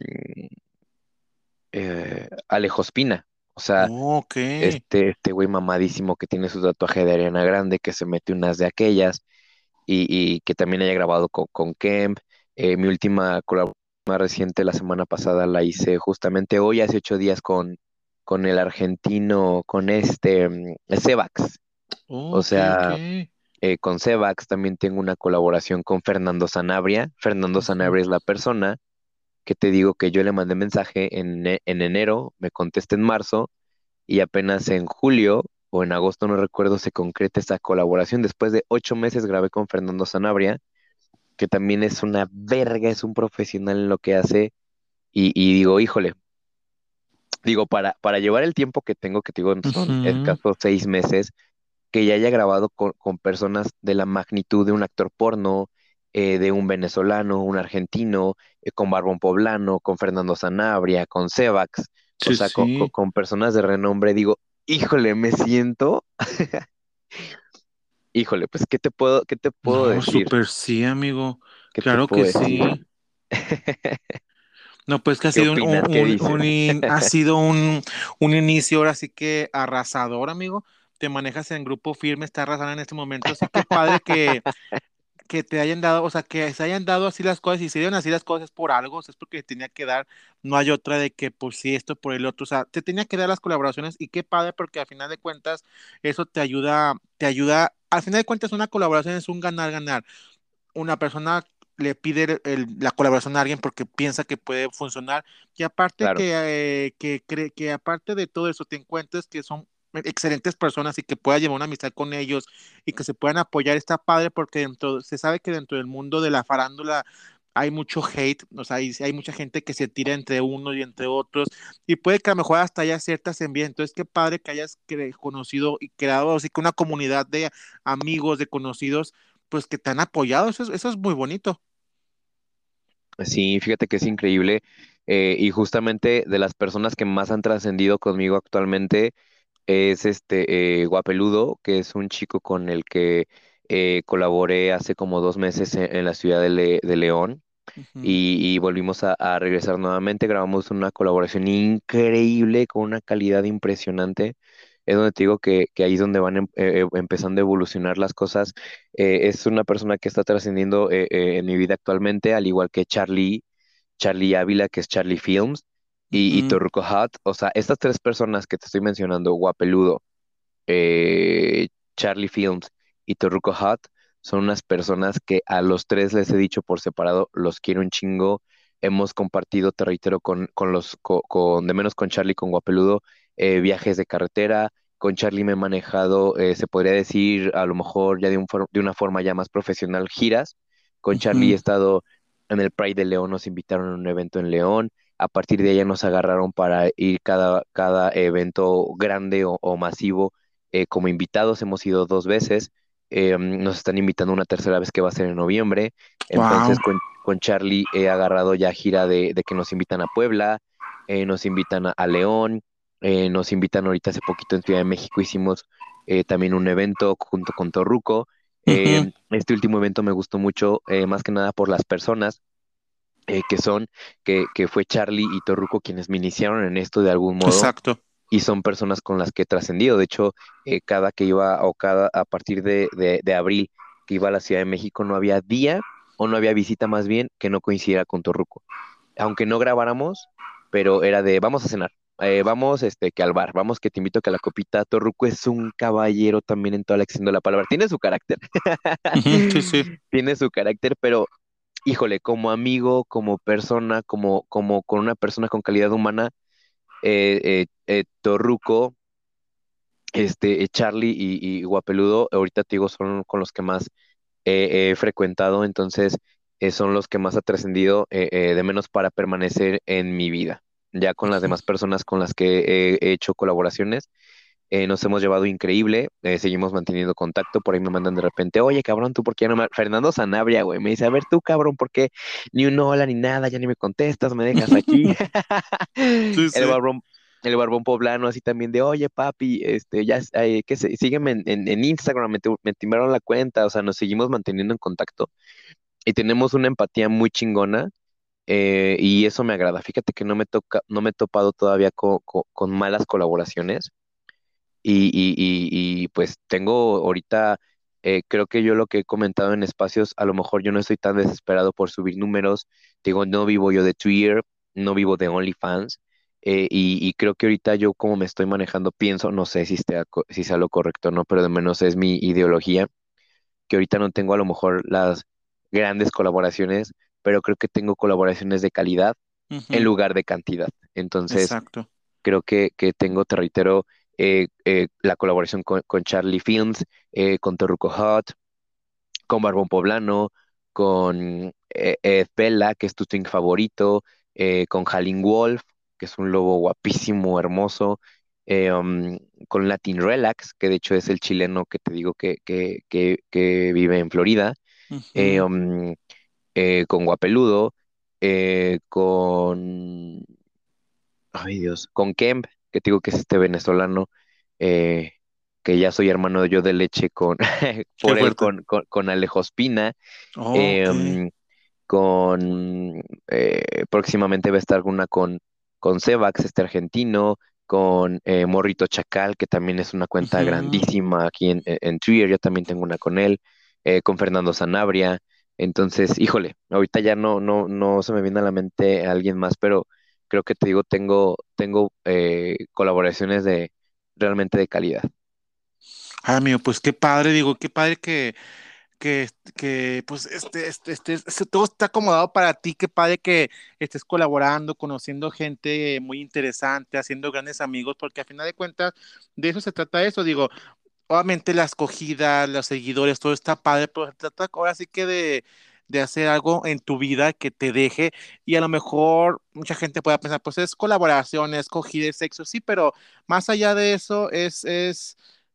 B: eh, Alejo Espina. O sea,
A: Oh, ok.
B: este, este güey mamadísimo que tiene su tatuaje de Ariana Grande, que se mete unas de aquellas, y, y que también haya grabado con, con Kemp. Eh, mi última colaboración más reciente, la semana pasada, la hice justamente hoy, hace ocho días, con, con el argentino, con este mm, Sebax.
A: Oh,
B: O
A: ok, ok.
B: sea, eh, con Sebax también tengo una colaboración con Fernando Sanabria. Fernando
A: Ujú.
B: Sanabria es la persona que te digo que yo le mandé mensaje en, e- en enero, me contesta en marzo y apenas en julio o en agosto, no recuerdo, se concreta esta colaboración. Después de ocho meses grabé con Fernando Sanabria, que también es una verga, es un profesional en lo que hace y, y digo, híjole, digo, para, para llevar el tiempo que tengo, que te digo, son
A: Ujú.
B: escasos seis meses que ya haya grabado con, con personas de la magnitud de un actor porno, eh, de un venezolano, un argentino, eh, con Barbón Poblano, con Fernando Sanabria, con Sebax, o
A: Sí,
B: sea, con, con-
A: sí.
B: con personas de renombre, digo, híjole, me siento, híjole, pues, ¿qué te puedo, qué te puedo
A: No,
B: decir?
A: súper sí, amigo.
B: ¿Qué te
A: Claro
B: puedo
A: que
B: decir?
A: sí. No, pues que ha
B: ¿Qué
A: sido un, un-
B: opinas? ¿Qué
A: un-
B: dices?
A: un in- ha sido un, un inicio ahora sí que arrasador, amigo. Te manejas en grupo firme, está arrasando en este momento. Sí, qué padre que, que te hayan dado, o sea, que se hayan dado así las cosas y se dieron así las cosas por algo, o sea, es porque tenía que dar, no hay otra de que por sí esto, por el otro, o sea, te tenía que dar las colaboraciones y qué padre porque al final de cuentas eso te ayuda, te ayuda, al final de cuentas una colaboración es un ganar-ganar. Una persona le pide el- la colaboración a alguien porque piensa que puede funcionar y aparte
B: Claro,
A: que, eh, que cree que aparte de todo eso te encuentres que son excelentes personas y que puedas llevar una amistad con ellos y que se puedan apoyar está padre porque dentro se sabe que dentro del mundo de la farándula hay mucho hate, o sea, hay, hay mucha gente que se tira entre unos y entre otros y puede que a lo mejor hasta haya ciertas envidias, entonces qué padre que hayas cre- conocido y creado así que una comunidad de amigos, de conocidos pues que te han apoyado, eso es, eso es muy bonito.
B: sí, fíjate que es increíble. Eh, y justamente de las personas que más han trascendido conmigo actualmente, es este eh, Guapeludo, que es un chico con el que eh, colaboré hace como dos meses en, en la ciudad de, Le- de León
A: Ujú,
B: y, y volvimos a, a regresar nuevamente. Grabamos una colaboración increíble con una calidad impresionante. Es donde te digo que, que ahí es donde van em- eh, eh, empezando a evolucionar las cosas. Eh, es una persona que está trascendiendo eh, eh, en mi vida actualmente, al igual que Charlie Charlie Ávila, que es Charlie Films, y, y
A: ujú.
B: Torruco Hut. O sea, estas tres personas que te estoy mencionando, Guapeludo, eh, Charlie Films y Torruco Hut, son unas personas que a los tres les he dicho por separado, los quiero un chingo. Hemos compartido, te reitero, con, con los, co- con, de menos con Charlie, con Guapeludo, eh, viajes de carretera. Con Charlie me he manejado, eh, se podría decir, a lo mejor ya de, un for- de una forma ya más profesional, giras. Con Charlie he
A: Ujú,
B: estado en el Pride de León, nos invitaron a un evento en León. A partir de ahí ya nos agarraron para ir cada, cada evento grande o o masivo eh, como invitados, hemos ido dos veces. Eh, nos están invitando una tercera vez que va a ser en noviembre.
A: wow.
B: Entonces con, con Charlie he agarrado ya gira de, de que nos invitan a Puebla, eh, nos invitan a, a León, eh, nos invitan ahorita hace poquito en Ciudad de México hicimos eh, también un evento junto con Torruco.
A: Ujú,
B: Eh, este último evento me gustó mucho, eh, más que nada por las personas eh, que son, que, que fue Charlie y Torruco quienes me iniciaron en esto de algún modo
A: exacto.
B: y son personas con las que he trascendido. De hecho, eh, cada que iba o cada a partir de, de, de abril que iba a la Ciudad de México, no había día o no había visita más bien que no coincidiera con Torruco. Aunque no grabáramos, pero era de vamos a cenar. Eh, vamos este, que al bar, vamos que te invito a que la copita. Torruco es un caballero también en toda la extensión de la palabra. Tiene su carácter,
A: Ujú, sí, sí.
B: tiene su carácter, pero híjole, como amigo, como persona, como, como con una persona con calidad humana, eh, eh, eh, Torruco Este, eh, Charlie y, y Guapeludo, ahorita te digo, son con los que más he he frecuentado, entonces eh, son los que más ha trascendido, eh, eh, de menos para permanecer en mi vida. Ya con las
A: Ujú.
B: demás personas con las que he, he hecho colaboraciones, eh, nos hemos llevado increíble, eh, seguimos manteniendo contacto, por ahí me mandan de repente, oye, cabrón, ¿tú por qué ya no me... Fernando Sanabria, güey, me dice, a ver tú, cabrón, ¿por qué ni un hola ni nada, ya ni me contestas, me dejas aquí?
A: Sí,
B: El
A: sí.
B: barbón, el barbón poblano, así también de, oye, papi, este, ya, eh, que se, sígueme en, en, en Instagram, me, tu- me timbraron la cuenta, o sea, nos seguimos manteniendo en contacto y tenemos una empatía muy chingona, eh, y eso me agrada. Fíjate que no me toca, no me he topado todavía co- co- con malas colaboraciones y, y, y, y, pues tengo ahorita, eh, creo que yo lo que he comentado en espacios, a lo mejor yo no estoy tan desesperado por subir números. Digo, no vivo yo de Twitter, no vivo de OnlyFans, eh, y, y creo que ahorita yo como me estoy manejando, pienso, no sé si, esté, co- si sea lo correcto o no, pero de menos es mi ideología, que ahorita no tengo a lo mejor las grandes colaboraciones, pero creo que tengo colaboraciones de calidad en
A: Ujú.
B: lugar de cantidad. Entonces,
A: Exacto.
B: creo que, que tengo, te reitero, eh, eh, la colaboración con, con Charlie Films, eh, con Torruco Hot, con Barbón Poblano, con eh, Ed Bella, que es tu twink favorito, eh, con Halling Wolf, que es un lobo guapísimo, hermoso, eh, um, con Latin Relax, que de hecho es el chileno que te digo que, que, que, que vive en Florida, eh,
A: Ujú.
B: um, eh, con Guapeludo, eh, con ay Dios, con Kemp, que te digo que es este venezolano, eh, que ya soy hermano yo de leche con,
A: Qué
B: por él,
A: fuerte.
B: con, con, con Alejo Espina,
A: Ok.
B: em, con, eh, próximamente va a estar una con, con Sebax, este argentino, con eh, Morrito Chacal, que también es una cuenta
A: Ujú.
B: grandísima aquí en, en en Twitter, yo también tengo una con él, eh, con Fernando Sanabria. Entonces, híjole, ahorita ya no, no, no se me viene a la mente alguien más, pero creo que te digo, tengo, tengo eh, colaboraciones de realmente de calidad.
A: Ay, amigo, pues qué padre, digo, qué padre que, que, que pues este, este, este, este- todo está acomodado para ti, qué padre que estés colaborando, conociendo gente muy interesante, haciendo grandes amigos, porque a final de cuentas de eso se trata eso, digo, obviamente la escogida, los seguidores, todo está padre, pero se trata ahora sí que de, de hacer algo en tu vida que te deje y a lo mejor mucha gente pueda pensar, pues es colaboración, es escogida, es sexo, sí, pero más allá de eso es, es,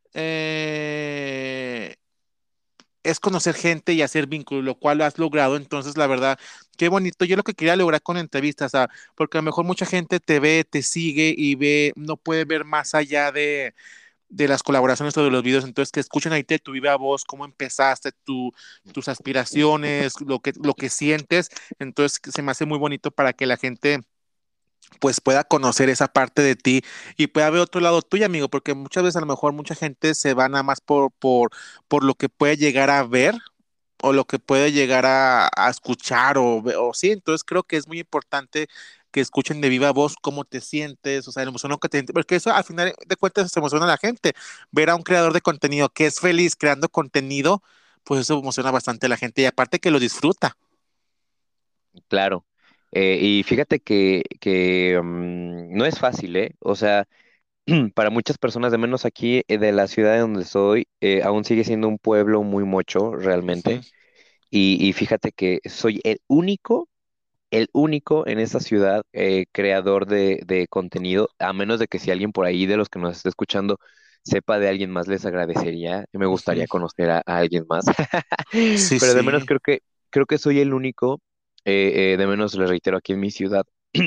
A: eh, es conocer gente y hacer vínculos, lo cual lo has logrado. Entonces, la verdad, qué bonito. Yo lo que quería lograr con entrevistas, ah, porque a lo mejor mucha gente te ve, te sigue y ve, no puede ver más allá de, de las colaboraciones o de los videos. Entonces, que escuchen ahí de tu viva voz, cómo empezaste, tu, tus aspiraciones, lo que, lo que sientes. Entonces, se me hace muy bonito para que la gente pues pueda conocer esa parte de ti y pueda ver otro lado tuyo, amigo, porque muchas veces a lo mejor mucha gente se va nada más por, por, por lo que puede llegar a ver o lo que puede llegar a, a escuchar o, ve- o sí, entonces creo que es muy importante que escuchen de viva voz cómo te sientes, o sea, la emoción que te sientes, porque eso al final de cuentas se emociona a la gente. Ver a un creador de contenido que es feliz creando contenido, pues eso emociona bastante a la gente y aparte que lo disfruta.
B: Claro. Eh, y fíjate que, que mm, no es fácil, ¿eh? O sea, para muchas personas, de menos aquí eh, de la ciudad de donde soy, eh, aún sigue siendo un pueblo muy mocho,
A: Ujú.
B: realmente. Y, y fíjate que soy el único, el único en esta ciudad eh, creador de, de contenido, a menos de que si alguien por ahí de los que nos está escuchando sepa de alguien más, les agradecería. Me
A: Ujú.
B: gustaría conocer a, a alguien más.
A: Sí,
B: Pero de menos
A: sí.
B: creo que, creo que soy el único, eh, eh, de menos les reitero aquí en mi ciudad.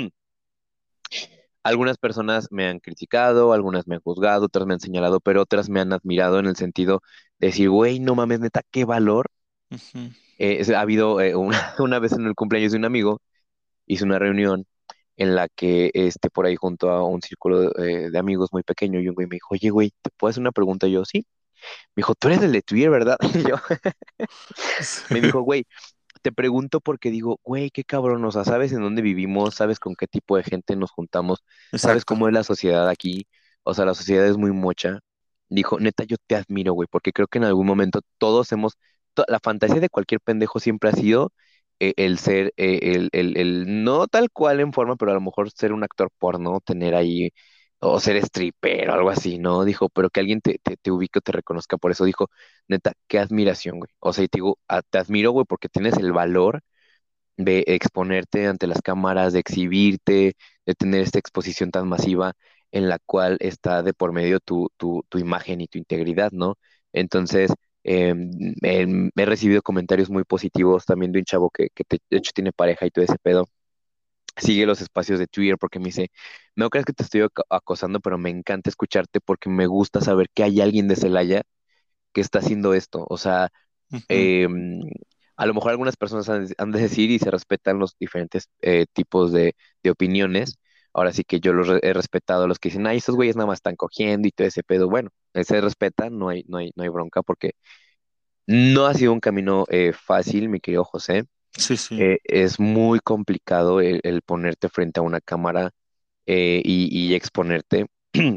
B: Algunas personas me han criticado, algunas me han juzgado, otras me han señalado, pero otras me han admirado en el sentido de decir, güey, no mames, neta, qué valor.
A: Ujú.
B: Eh, es- ha habido eh, una, una vez en el cumpleaños de un amigo, hice una reunión en la que este, por ahí junto a un círculo eh, de amigos muy pequeño, y un güey me dijo, oye, güey, ¿te puedo hacer una pregunta? Y yo, sí. Me dijo, tú eres el de Twitter, ¿verdad? Y yo, me dijo, güey, te pregunto porque digo, güey, qué cabrón, o sea, sabes en dónde vivimos, sabes con qué tipo de gente nos juntamos, sabes
A: Exacto.
B: cómo es la sociedad aquí, o sea, la sociedad es muy mocha. Dijo, neta, yo te admiro, güey, porque creo que en algún momento todos hemos, to- la fantasía de cualquier pendejo siempre ha sido eh, el ser, eh, el, el, el, no tal cual en forma, pero a lo mejor ser un actor porno, tener ahí, o ser stripper o algo así, ¿no? Dijo, pero que alguien te, te, te ubique o te reconozca por eso. Dijo, neta, qué admiración, güey. O sea, y te digo, "Ah, te admiro, güey, porque tienes el valor de exponerte ante las cámaras, de exhibirte, de tener esta exposición tan masiva en la cual está de por medio tu, tu, tu imagen y tu integridad, ¿no? Entonces, em, em, he recibido comentarios muy positivos también de un chavo que, que te- de hecho tiene pareja y todo ese pedo. Sigue los espacios de Twitter porque me dice, no creas que te estoy ac- acosando, pero me encanta escucharte porque me gusta saber que hay alguien de Celaya que está haciendo esto. O sea,
A: Ujú.
B: eh, a lo mejor algunas personas han, de han de decir y se respetan los diferentes eh, tipos de, de opiniones. Ahora sí que yo los re- he respetado, los que dicen, ay, estos güeyes nada más están cogiendo y todo ese pedo. Bueno, eh, se respeta, no hay, no hay, no hay bronca porque no ha sido un camino eh, fácil, mi querido José.
A: Sí, sí.
B: Eh, es muy complicado el, el ponerte frente a una cámara eh, y, y exponerte.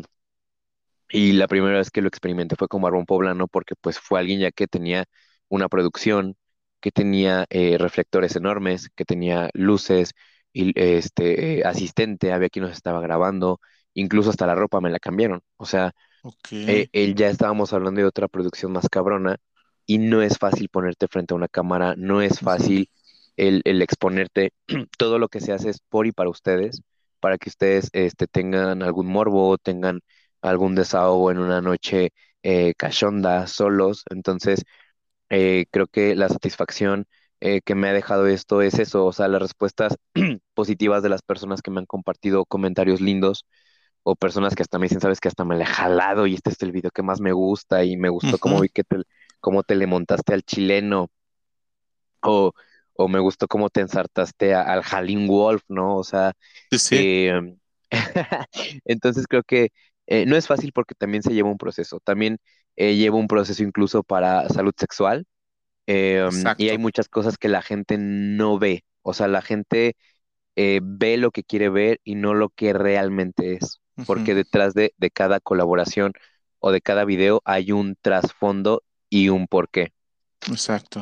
B: Y la primera vez que lo experimenté fue con Barbón Poblano porque pues fue alguien ya que tenía una producción, que tenía eh, reflectores enormes, que tenía luces, y este eh, asistente, había quien nos estaba grabando, incluso hasta la ropa me la cambiaron. O sea,
A: Ok.
B: eh, él ya estábamos hablando de otra producción más cabrona y no es fácil ponerte frente a una cámara, no es
A: Ujú.
B: fácil el, el exponerte. Todo lo que se hace es por y para ustedes, para que ustedes este, tengan algún morbo, tengan algún desahogo en una noche eh, cachonda, solos. Entonces, eh, creo que la satisfacción eh, que me ha dejado esto es eso, o sea, las respuestas positivas de las personas que me han compartido comentarios lindos o personas que hasta me dicen, sabes que hasta me la he jalado y este es el video que más me gusta y me gustó cómo
A: Ujú.
B: vi que te, cómo te le montaste al chileno o, o me gustó cómo te ensartaste a- al Halin Wolf, ¿no? O sea,
A: Sí, sí.
B: eh, entonces creo que eh, no es fácil porque también se lleva un proceso, también eh, lleva un proceso incluso para salud sexual eh, y hay
A: Exacto.
B: muchas cosas que la gente no ve, o sea, la gente eh, ve lo que quiere ver y no lo que realmente es,
A: Ujú.
B: porque detrás de, de cada colaboración o de cada video hay un trasfondo y un porqué.
A: Exacto.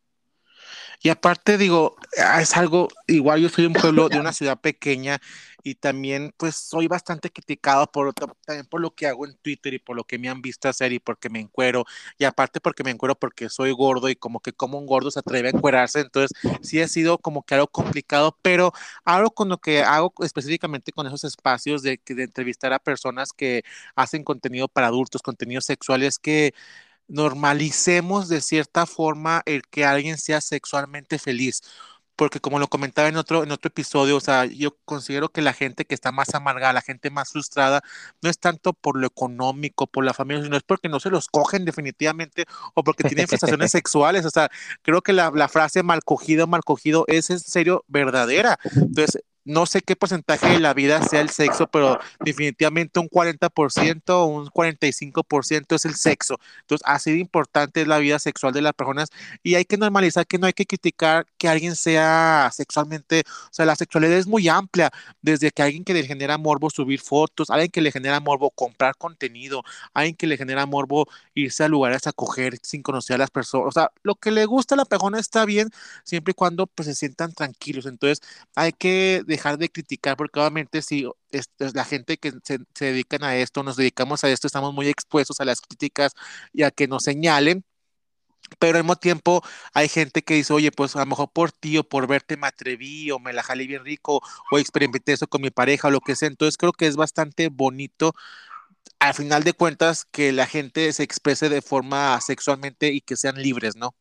A: Y aparte digo, ah, es algo, igual yo soy un pueblo de una ciudad pequeña y también pues soy bastante criticado por otro- también por lo que hago en Twitter y por lo que me han visto hacer y porque me encuero y aparte porque me encuero porque soy gordo y como que como un gordo se atreve a encuerarse, entonces sí ha sido como que algo complicado, pero algo con lo que hago específicamente con esos espacios de, que- de entrevistar a personas que hacen contenido para adultos, contenido sexual, es que normalicemos de cierta forma el que alguien sea sexualmente feliz. Porque como lo comentaba en otro, en otro episodio, o sea, yo considero que la gente que está más amargada, la gente más frustrada, no es tanto por lo económico, por la familia, sino es porque no se los cogen definitivamente o porque tienen frustraciones sexuales. O sea, creo que la, la frase mal cogido, mal cogido es en serio verdadera. Entonces, no sé qué porcentaje de la vida sea el sexo, pero definitivamente un cuarenta por ciento o un cuarenta y cinco por ciento es el sexo. Entonces, así de importante es la vida sexual de las personas y hay que normalizar que no hay que criticar que alguien sea sexualmente, o sea, la sexualidad es muy amplia, desde que alguien que le genera morbo subir fotos, alguien que le genera morbo comprar contenido, alguien que le genera morbo irse a lugares a coger sin conocer a las personas, o sea, lo que le gusta a la persona está bien siempre y cuando pues se sientan tranquilos, entonces hay que dejar de criticar porque obviamente si es, es la gente que se, se dedican a esto, nos dedicamos a esto, estamos muy expuestos a las críticas y a que nos señalen, pero al mismo tiempo hay gente que dice, oye, pues a lo mejor por ti o por verte me atreví o me la jalé bien rico o experimenté eso con mi pareja o lo que sea. Entonces creo que es bastante bonito al final de cuentas que la gente se exprese de forma sexualmente y que sean libres, ¿no?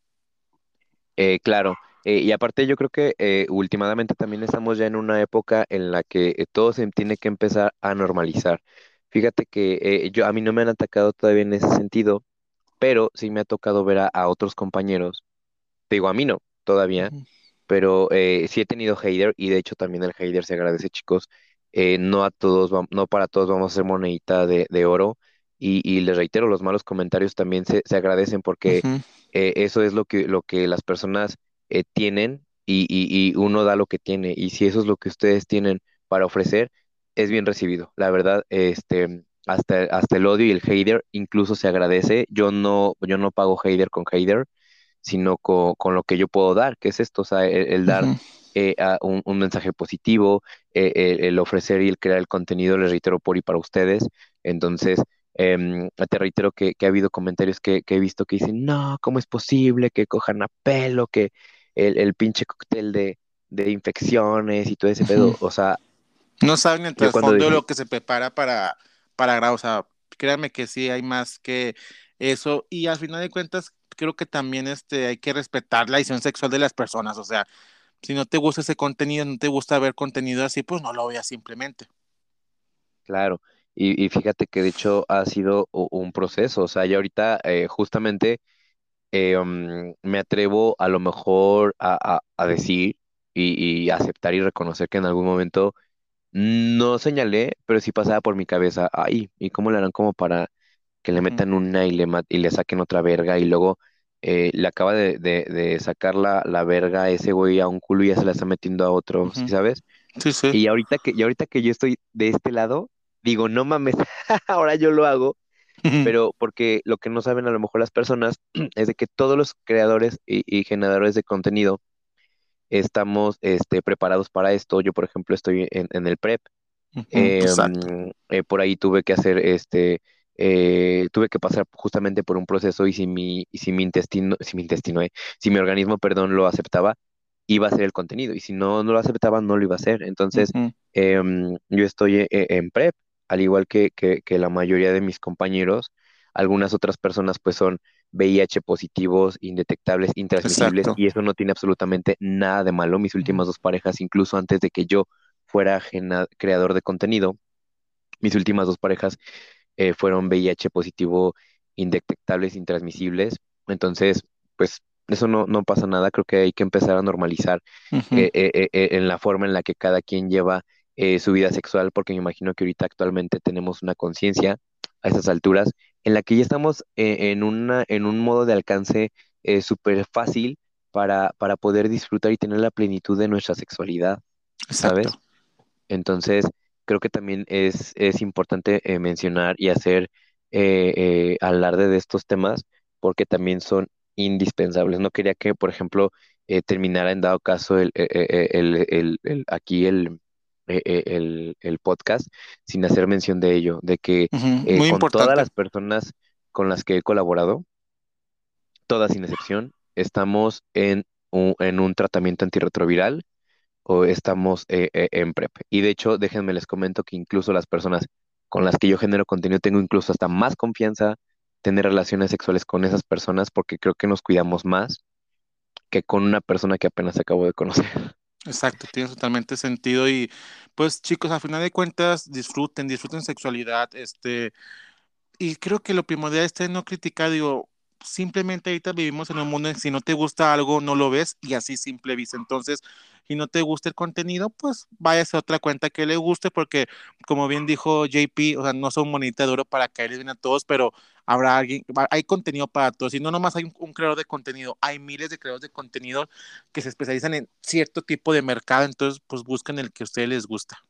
B: Eh, claro, eh, y aparte yo creo que eh, últimamente también estamos ya en una época en la que eh, todo se tiene que empezar a normalizar. Fíjate que eh, yo a mí no me han atacado todavía en ese sentido, pero sí me ha tocado ver a, a otros compañeros. Te digo, a mí no, todavía,
A: Ujú.
B: pero eh, sí he tenido hater y de hecho también el hater se agradece, chicos. Eh, no a todos, vam- no para todos vamos a hacer monedita de, de oro y, y les reitero, los malos comentarios también se, se agradecen porque
A: Ujú.
B: eh, eso es lo que, lo que las personas eh, tienen y, y, y uno da lo que tiene y si eso es lo que ustedes tienen para ofrecer, es bien recibido. La verdad, este, hasta, hasta el odio y el hater incluso se agradece. Yo no, yo no pago hater con hater sino co- con, lo que yo puedo dar, que es esto, o sea, el, el dar
A: Ujú.
B: eh, a un, un mensaje positivo, eh, el, el ofrecer y el crear el contenido, les reitero, por y para ustedes. Entonces, em, te reitero que, que ha habido comentarios que, que he visto que dicen, no, ¿cómo es posible que cojan a pelo, que el, el pinche cóctel de, de infecciones y todo ese
A: Ujú.
B: pedo? O sea,
A: No saben el
B: yo cuando
A: trasfondo de
B: dije,
A: lo que se prepara para, para grabar. O sea, créanme que sí hay más que eso. Y al final de cuentas, creo que también este, hay que respetar la decisión sexual de las personas. O sea, si no te gusta ese contenido, no te gusta ver contenido así, pues no lo veas simplemente.
B: claro, y, y fíjate que de hecho ha sido u- un proceso, o sea, ya ahorita eh, justamente eh, mm, me atrevo a lo mejor a, a- a decir y, y aceptar y reconocer que en algún momento no señalé, pero sí pasaba por mi cabeza, ay, ¿y cómo le harán como para que le
A: Ujú,
B: metan una y le, ma- y le saquen otra verga y luego eh, le acaba de, de- de sacar la, la verga a ese güey a un culo y ya se la está metiendo a otro, ¿sí
A: ujú.
B: sabes?
A: Sí, sí.
B: Y ahorita que, y ahorita que yo estoy de este lado, digo, no mames, ahora yo lo hago,
A: Ujú,
B: pero porque lo que no saben a lo mejor las personas es de que todos los creadores y, y generadores de contenido estamos este, preparados para esto. Yo, por ejemplo, estoy en, en el prep.
A: ujú.
B: eh,
A: Exacto.
B: mm, eh, por ahí tuve que hacer este, eh, tuve que pasar justamente por un proceso y si mi, y si mi intestino, si mi intestino, eh, si mi organismo, perdón, lo aceptaba, iba a hacer el contenido y si no, no lo aceptaba, no lo iba a hacer. Entonces,
A: Ujú.
B: em, yo estoy e- e- en prep, al igual que, que, que la mayoría de mis compañeros. Algunas otras personas pues son V I H positivos, indetectables, intransmisibles,
A: Exacto.
B: y eso no tiene absolutamente nada de malo. Mis
A: Ujú.
B: últimas dos parejas, incluso antes de que yo fuera gena- creador de contenido, mis últimas dos parejas eh, fueron V I H positivo, indetectables, intransmisibles. Entonces, pues eso no, no pasa nada. Creo que hay que empezar a normalizar
A: Ujú.
B: eh, eh, eh, eh, en la forma en la que cada quien lleva eh, su vida sexual, porque me imagino que ahorita actualmente tenemos una conciencia a estas alturas en la que ya estamos eh, en una, en un modo de alcance eh, súper fácil para, para poder disfrutar y tener la plenitud de nuestra sexualidad,
A: Exacto.
B: ¿sabes? Entonces, creo que también es, es importante eh, mencionar y hacer eh, eh, alarde de estos temas porque también son indispensables. No quería que, por ejemplo, eh, terminara en dado caso el, eh, eh, el, el- el- aquí el, eh, eh, el, el podcast sin hacer mención de ello, de que
A: Ujú.
B: eh,
A: Muy
B: con todas
A: importante.
B: las personas con las que he colaborado, todas sin excepción, estamos en un, en un tratamiento antirretroviral o estamos eh, eh, en prep. Y de hecho, déjenme les comento que incluso las personas con las que yo genero contenido tengo incluso hasta más confianza tener relaciones sexuales con esas personas porque creo que nos cuidamos más que con una persona que apenas acabo de conocer.
A: Exacto, tiene totalmente sentido y pues chicos, a final de cuentas disfruten, disfruten sexualidad, este, y creo que lo primordial está en no criticar, digo, simplemente ahorita vivimos en un mundo en que si no te gusta algo, no lo ves y así simple vista. Entonces, si no te gusta el contenido, pues váyase a otra cuenta que le guste, porque como bien dijo J P, o sea, no son monedita de oro para caerles bien a todos, pero habrá alguien, va- hay contenido para todos. Y no nomás hay un, un creador de contenido, hay miles de creadores de contenido que se especializan en cierto tipo de mercado, entonces, pues busquen el que a ustedes les gusta.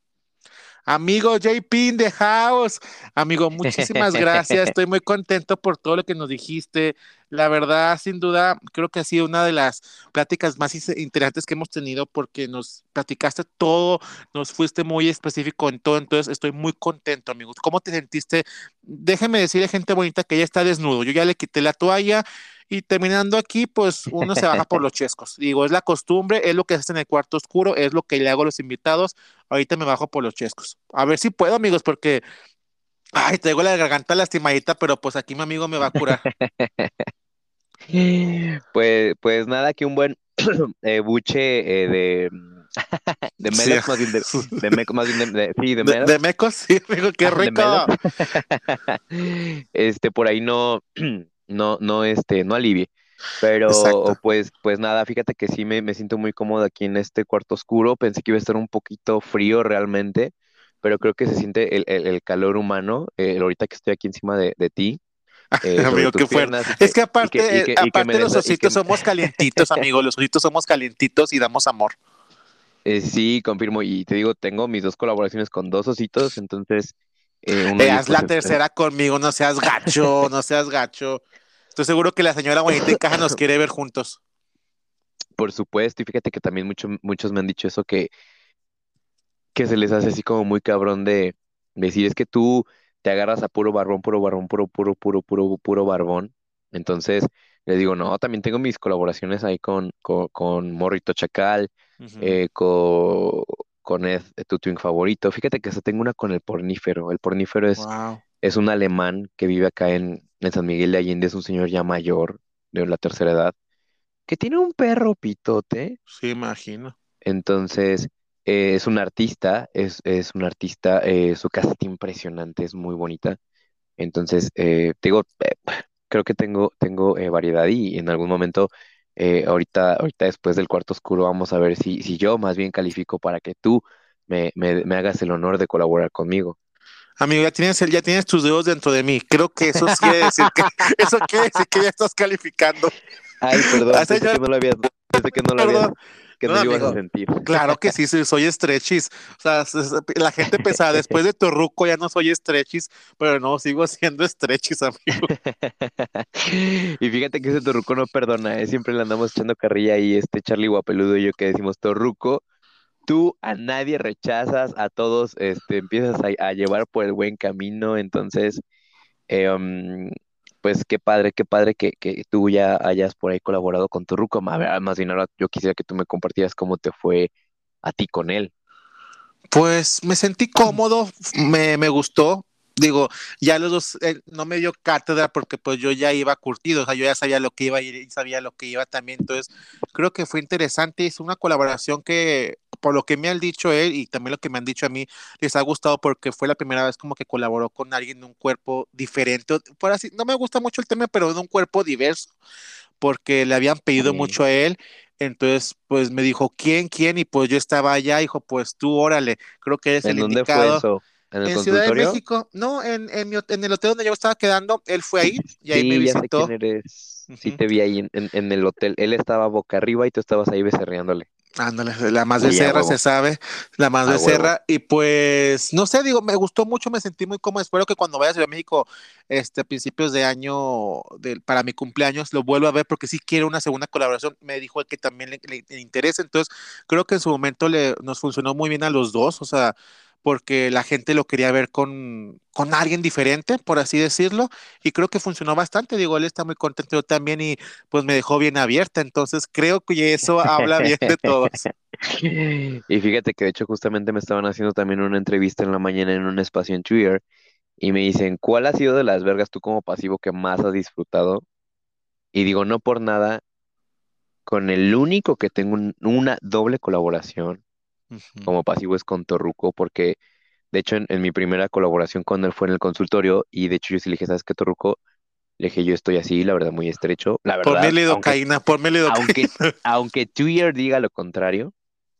A: Amigo J P in the house. Amigo, muchísimas gracias. Estoy muy contento por todo lo que nos dijiste. La verdad, sin duda, creo que ha sido una de las pláticas más is- interesantes que hemos tenido porque nos platicaste todo, nos fuiste muy específico en todo. Entonces, estoy muy contento, amigo. ¿Cómo te sentiste? Déjeme decirle, gente bonita, que ya está desnudo. Yo ya le quité la toalla. Y terminando aquí, pues uno se baja por los chescos. Digo, es la costumbre, es lo que se hace en el cuarto oscuro, es lo que le hago a los invitados. Ahorita me bajo por los chescos. A ver si puedo, amigos, porque, ay, traigo la garganta lastimadita, pero pues aquí mi amigo me va a curar.
B: Pues, pues nada, que un buen eh, buche eh, de, de
A: Sí.
B: Medox, más bien de, de Meco- más bien de, de- sí, de
A: De, de
B: Medox,
A: mecos, sí, amigo, qué
B: de Medox,
A: rico.
B: este, por ahí no, no, no, este, no alivie. Pero
A: Exacto.
B: pues, pues nada, fíjate que sí me, me siento muy cómodo aquí en este cuarto oscuro. Pensé que iba a estar un poquito frío realmente, pero creo que se siente el, el- el calor humano, eh, ahorita que estoy aquí encima de, de ti, eh, sobre
A: Amigo,
B: tus
A: qué fuerte.
B: piernas y
A: Es
B: que,
A: que
B: y que, y
A: aparte, eh,
B: que, y que me
A: aparte los
B: desa- y que
A: ositos somos calientitos, amigo. Los ositos somos calientitos y damos amor.
B: eh, sí, confirmo. Y te digo, tengo mis dos colaboraciones con dos ositos, entonces eh, uno de
A: Eh,
B: ellos
A: haz
B: pues
A: la
B: es, es-
A: tercera conmigo, no seas gacho, no seas gacho. Estoy seguro que la señora bonita en caja nos quiere ver juntos.
B: por supuesto, y fíjate que también mucho- muchos me han dicho eso, que que se les hace así como muy cabrón de decir, es que tú te agarras a puro barbón, puro barbón, puro, puro, puro, puro, puro barbón. Entonces, le digo, no, también tengo mis colaboraciones ahí con, con, con Morrito Chacal,
A: Ujú.
B: eh, con, con Ed, tu twin favorito. Fíjate que hasta tengo una con el Pornífero. El Pornífero es,
A: Wow,
B: es un alemán que vive acá en, en San Miguel de Allende, es un señor ya mayor, de la tercera edad, que tiene un perro pitote.
A: sí, imagino.
B: Entonces, eh, es un artista, es, es un artista, eh, su casa está impresionante, es muy bonita. Entonces, eh, te digo, eh, creo que tengo, tengo eh, variedad y en algún momento, eh, ahorita, ahorita después del cuarto oscuro, vamos a ver si, si yo más bien califico para que tú me, me, me hagas el honor de colaborar conmigo.
A: Amigo, ya tienes, el- ya tienes tus dedos dentro de mí. Creo que eso quiere decir que, eso quiere decir que ya estás calificando.
B: Ay, perdón,
A: Hasta
B: pensé
A: yo,
B: que no lo habías, pensé que no lo habías,
A: perdón.
B: que
A: No,
B: no lo ibas a
A: amigo.
B: sentir.
A: Claro que sí, sí, soy estrechis. O sea, s- s- la gente pensaba, después de Torruco ya no soy estrechis, pero no, sigo siendo estrechis, amigo.
B: Y fíjate que ese Torruco no perdona, ¿eh? Siempre le andamos echando carrilla y este Charlie Guapeludo y yo que decimos, Torruco, tú a nadie rechazas, a todos este, empiezas a, a llevar por el buen camino, entonces, eh, um, pues qué padre, qué padre que, que tú ya hayas por ahí colaborado con Torruco. A ver, más bien ahora yo quisiera que tú me compartieras cómo te fue a ti con él.
A: Pues me sentí cómodo, me, me gustó. Digo, ya los dos, eh, no me dio cátedra porque pues yo ya iba curtido, o sea, yo ya sabía lo que iba y él sabía lo que iba también, entonces creo que fue interesante, es una colaboración que, por lo que me han dicho él y también lo que me han dicho a mí, les ha gustado porque fue la primera vez como que colaboró con alguien de un cuerpo diferente, por así, no me gusta mucho el tema, pero de un cuerpo diverso, porque le habían pedido
B: Sí.
A: mucho a él. Entonces, pues me dijo, ¿quién, quién? Y pues yo estaba allá, dijo, pues tú, órale, creo que eres
B: ¿En
A: el
B: dónde fue
A: indicado.
B: eso? ¿En el
A: En Ciudad de
B: consultorio?
A: México, no, en, en, mi hot- en el hotel donde yo estaba quedando, él fue ahí y ahí me
B: Sí, ya sé quién
A: visitó.
B: eres. Sí
A: Ujú.
B: te vi ahí en, en, en el hotel. Él estaba boca arriba y tú estabas ahí becerreándole.
A: Ándale, la más
B: Sí, a
A: becerra se
B: huevo,
A: sabe, la más
B: a huevo.
A: becerra. Y pues, no sé, digo, me gustó mucho, me sentí muy cómodo. Espero que cuando vaya a Ciudad de México, este, a principios de año, del- para mi cumpleaños, lo vuelva a ver porque sí quiero una segunda colaboración. Me dijo él que también le, le- le interesa. Entonces, creo que en su momento le, nos funcionó muy bien a los dos, o sea, porque la gente lo quería ver con, con alguien diferente, por así decirlo. Y creo que funcionó bastante. Digo, él está muy contento, yo también, y pues me dejó bien abierta. Entonces, creo que eso habla bien de todos.
B: Y fíjate que de hecho justamente me estaban haciendo también una entrevista en la mañana en un espacio en Twitter y me dicen, ¿cuál ha sido de las vergas tú como pasivo que más has disfrutado? Y digo, no por nada, con el único que tengo un- una doble colaboración
A: Ujú.
B: como pasivo es con Torruco, porque de hecho en, en mi primera colaboración con él fue en el consultorio y de hecho yo sí le dije, ¿sabes qué, Torruco? Le dije, yo estoy así, la verdad, muy estrecho. La
A: Ponme
B: verdad, aunque,
A: lidocaína, ponme
B: aunque,
A: lidocaína.
B: aunque Twitter diga lo contrario,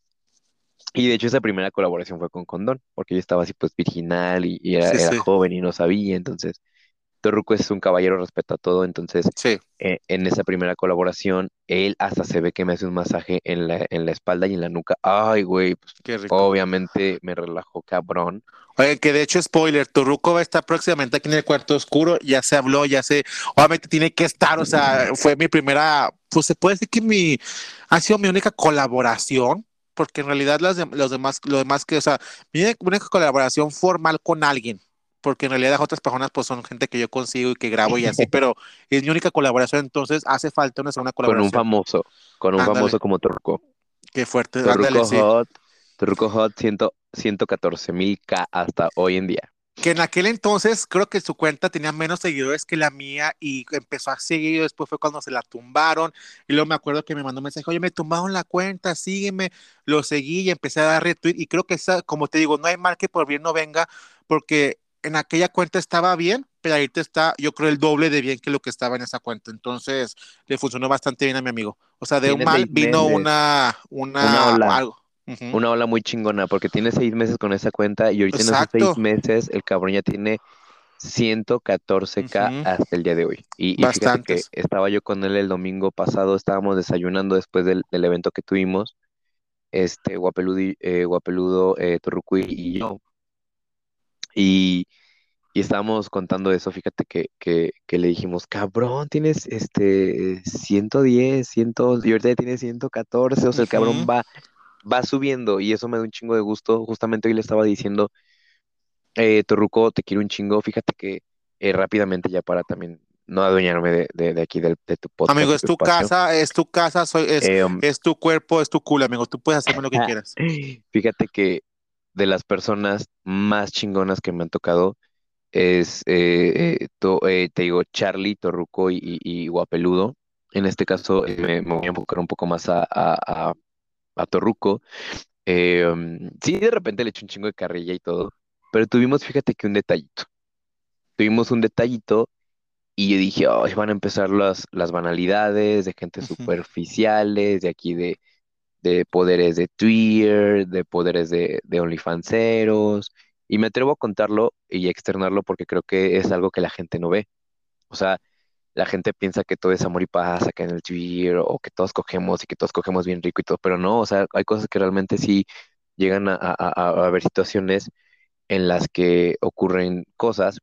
B: y de hecho esa primera colaboración fue con Condón, porque yo estaba así pues virginal y, y era,
A: Sí,
B: era
A: sí,
B: joven y no sabía, entonces Torruco es un caballero, respeta todo, entonces
A: sí,
B: eh, en esa primera colaboración, él hasta se ve que me hace un masaje en la, en la espalda y en la nuca. Ay, güey, pues
A: qué rico.
B: obviamente me relajó cabrón.
A: Oye, que de hecho, spoiler, tu ruco va a estar próximamente aquí en el cuarto oscuro, ya se habló, ya se, obviamente tiene que estar, o sea, fue mi primera, pues se puede decir que mi, ha sido mi única colaboración, porque en realidad las de- los demás, lo demás que, o sea, mi única colaboración formal con alguien, porque en realidad las otras personas pues son gente que yo consigo y que grabo y así, pero es mi única colaboración, entonces hace falta una segunda
B: Con un
A: colaboración.
B: famoso, con un
A: Ándale,
B: famoso como Torruco.
A: qué fuerte, ándale,
B: Torruco
A: sí.
B: Hot, Torruco Hot cien, ciento catorce mil K hasta hoy en día.
A: Que en aquel entonces creo que su cuenta tenía menos seguidores que la mía y empezó a seguir, y después fue cuando se la tumbaron y luego me acuerdo que me mandó un mensaje, oye, me tumbaron la cuenta, sígueme, lo seguí y empecé a dar retweet y creo que esa, como te digo, no hay mal que por bien no venga porque en aquella cuenta estaba bien, pero ahorita está, yo creo, el doble de bien que lo que estaba en esa cuenta, entonces le funcionó bastante bien a mi amigo, o sea, de un
B: Tiene
A: mal
B: seis
A: vino
B: meses,
A: una,
B: una
A: una,
B: ola,
A: algo. Ujú.
B: una ola muy chingona, porque tiene seis meses con esa cuenta y ahorita en esos seis
A: Exacto.
B: meses el cabrón ya tiene ciento catorce k
A: Ujú.
B: hasta el día de hoy. Y, y fíjate que
A: Bastantes.
B: estaba yo con él el domingo pasado, estábamos desayunando después del, del evento que tuvimos, este Guapeludo, y- eh, Guapeludo eh, Torrucuy y yo, y, y estábamos contando eso, fíjate que, que, que le dijimos, cabrón, tienes este ciento diez, cien, y ahorita ya tienes ciento catorce, o sea, el cabrón
A: Ujú.
B: va va subiendo y eso me da un chingo de gusto. Justamente hoy le estaba diciendo, eh, Torruco, te quiero un chingo. Fíjate que eh, rápidamente ya para también no adueñarme de, de, de aquí del, de tu podcast,
A: Amigo,
B: de
A: es
B: tu
A: tu
B: espacio.
A: casa, es tu casa, soy, es,
B: Eh, um,
A: es tu cuerpo, es tu culo, amigo. Tú puedes hacerme lo que quieras.
B: Fíjate que de las personas más chingonas que me han tocado es, eh, eh, to- eh, te digo, Charlie, Torruco y, y, y Guapeludo. En este caso, eh, me, me voy a enfocar un poco más a, a, a, a Torruco. Eh, um, sí, de repente le eché un chingo de carrilla y todo, pero tuvimos, fíjate que un detallito. Tuvimos un detallito y yo dije, "Ay, van a empezar las, las banalidades de gente
A: Ujú.
B: superficiales, de aquí de, de poderes de Twitter, de poderes de, de OnlyFanseros". Y me atrevo a contarlo y a externarlo porque creo que es algo que la gente no ve. O sea, la gente piensa que todo es amor y paz acá en el Twitter o que todos cogemos y que todos cogemos bien rico y todo, pero no, o sea, hay cosas que realmente sí llegan a, a, a a haber situaciones en las que ocurren cosas,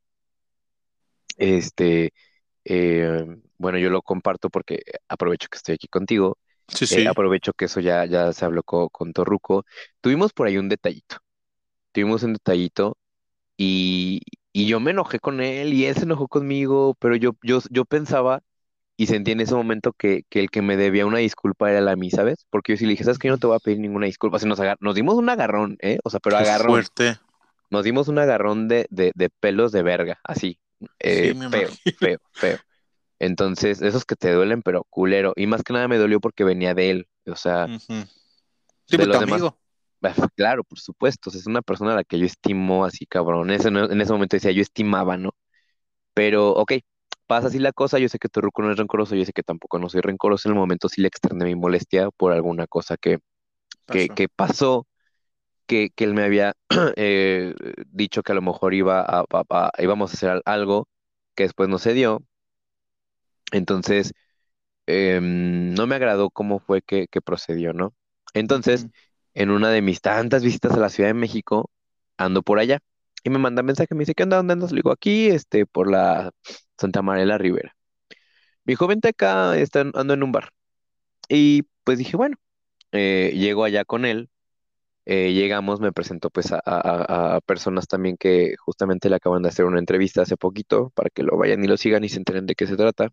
B: este, eh, bueno, yo lo comparto porque aprovecho que estoy aquí contigo,
A: Sí,
B: eh,
A: sí.
B: aprovecho que eso ya, ya se habló co- con, Torruco. Tuvimos por ahí un detallito, tuvimos un detallito y, y yo me enojé con él y él se enojó conmigo, pero yo, yo, yo pensaba y sentí en ese momento que, que el que me debía una disculpa era él a mí, ¿sabes? Porque yo sí le dije, ¿sabes qué? Yo no te voy a pedir ninguna disculpa. O sea, nos, agar- nos dimos un agarrón, ¿eh? O sea, pero
A: Qué
B: agarrón.
A: fuerte.
B: Nos dimos un agarrón de, de, de pelos de verga, así,
A: Sí,
B: eh,
A: me
B: feo,
A: imagino.
B: feo, feo. Entonces, esos que te duelen, pero culero. Y más que nada me dolió porque venía de él. O sea,
A: Ujú. Sí,
B: de
A: pues tu
B: los demás,
A: amigo.
B: bah, claro, por supuesto. O sea, es una persona a la que yo estimo así, cabrón. En ese, en ese momento decía, yo estimaba, ¿no? Pero, ok, pasa así la cosa. Yo sé que Torruco no es rencoroso. Yo sé que tampoco no soy rencoroso. En el momento sí le externé mi molestia por alguna cosa que, que,
A: Pasó.
B: que pasó, que, que él me había eh, dicho que a lo mejor iba a, a- a- íbamos a hacer al- algo que después no se dio. Entonces, em, no me agradó cómo fue que, que procedió, ¿no? Entonces,
A: Ujú.
B: en una de mis tantas visitas a la Ciudad de México, ando por allá y me manda mensaje, me dice, ¿qué onda? ¿Dónde andas? Le digo, aquí, este, por la Santa María de la Ribera. Me dijo, vente acá, está, ando en un bar. Y pues dije, bueno, eh, llego allá con él, eh, llegamos, me presentó pues a, a- a- a personas también que justamente le acaban de hacer una entrevista hace poquito para que lo vayan y lo sigan y se enteren de qué se trata.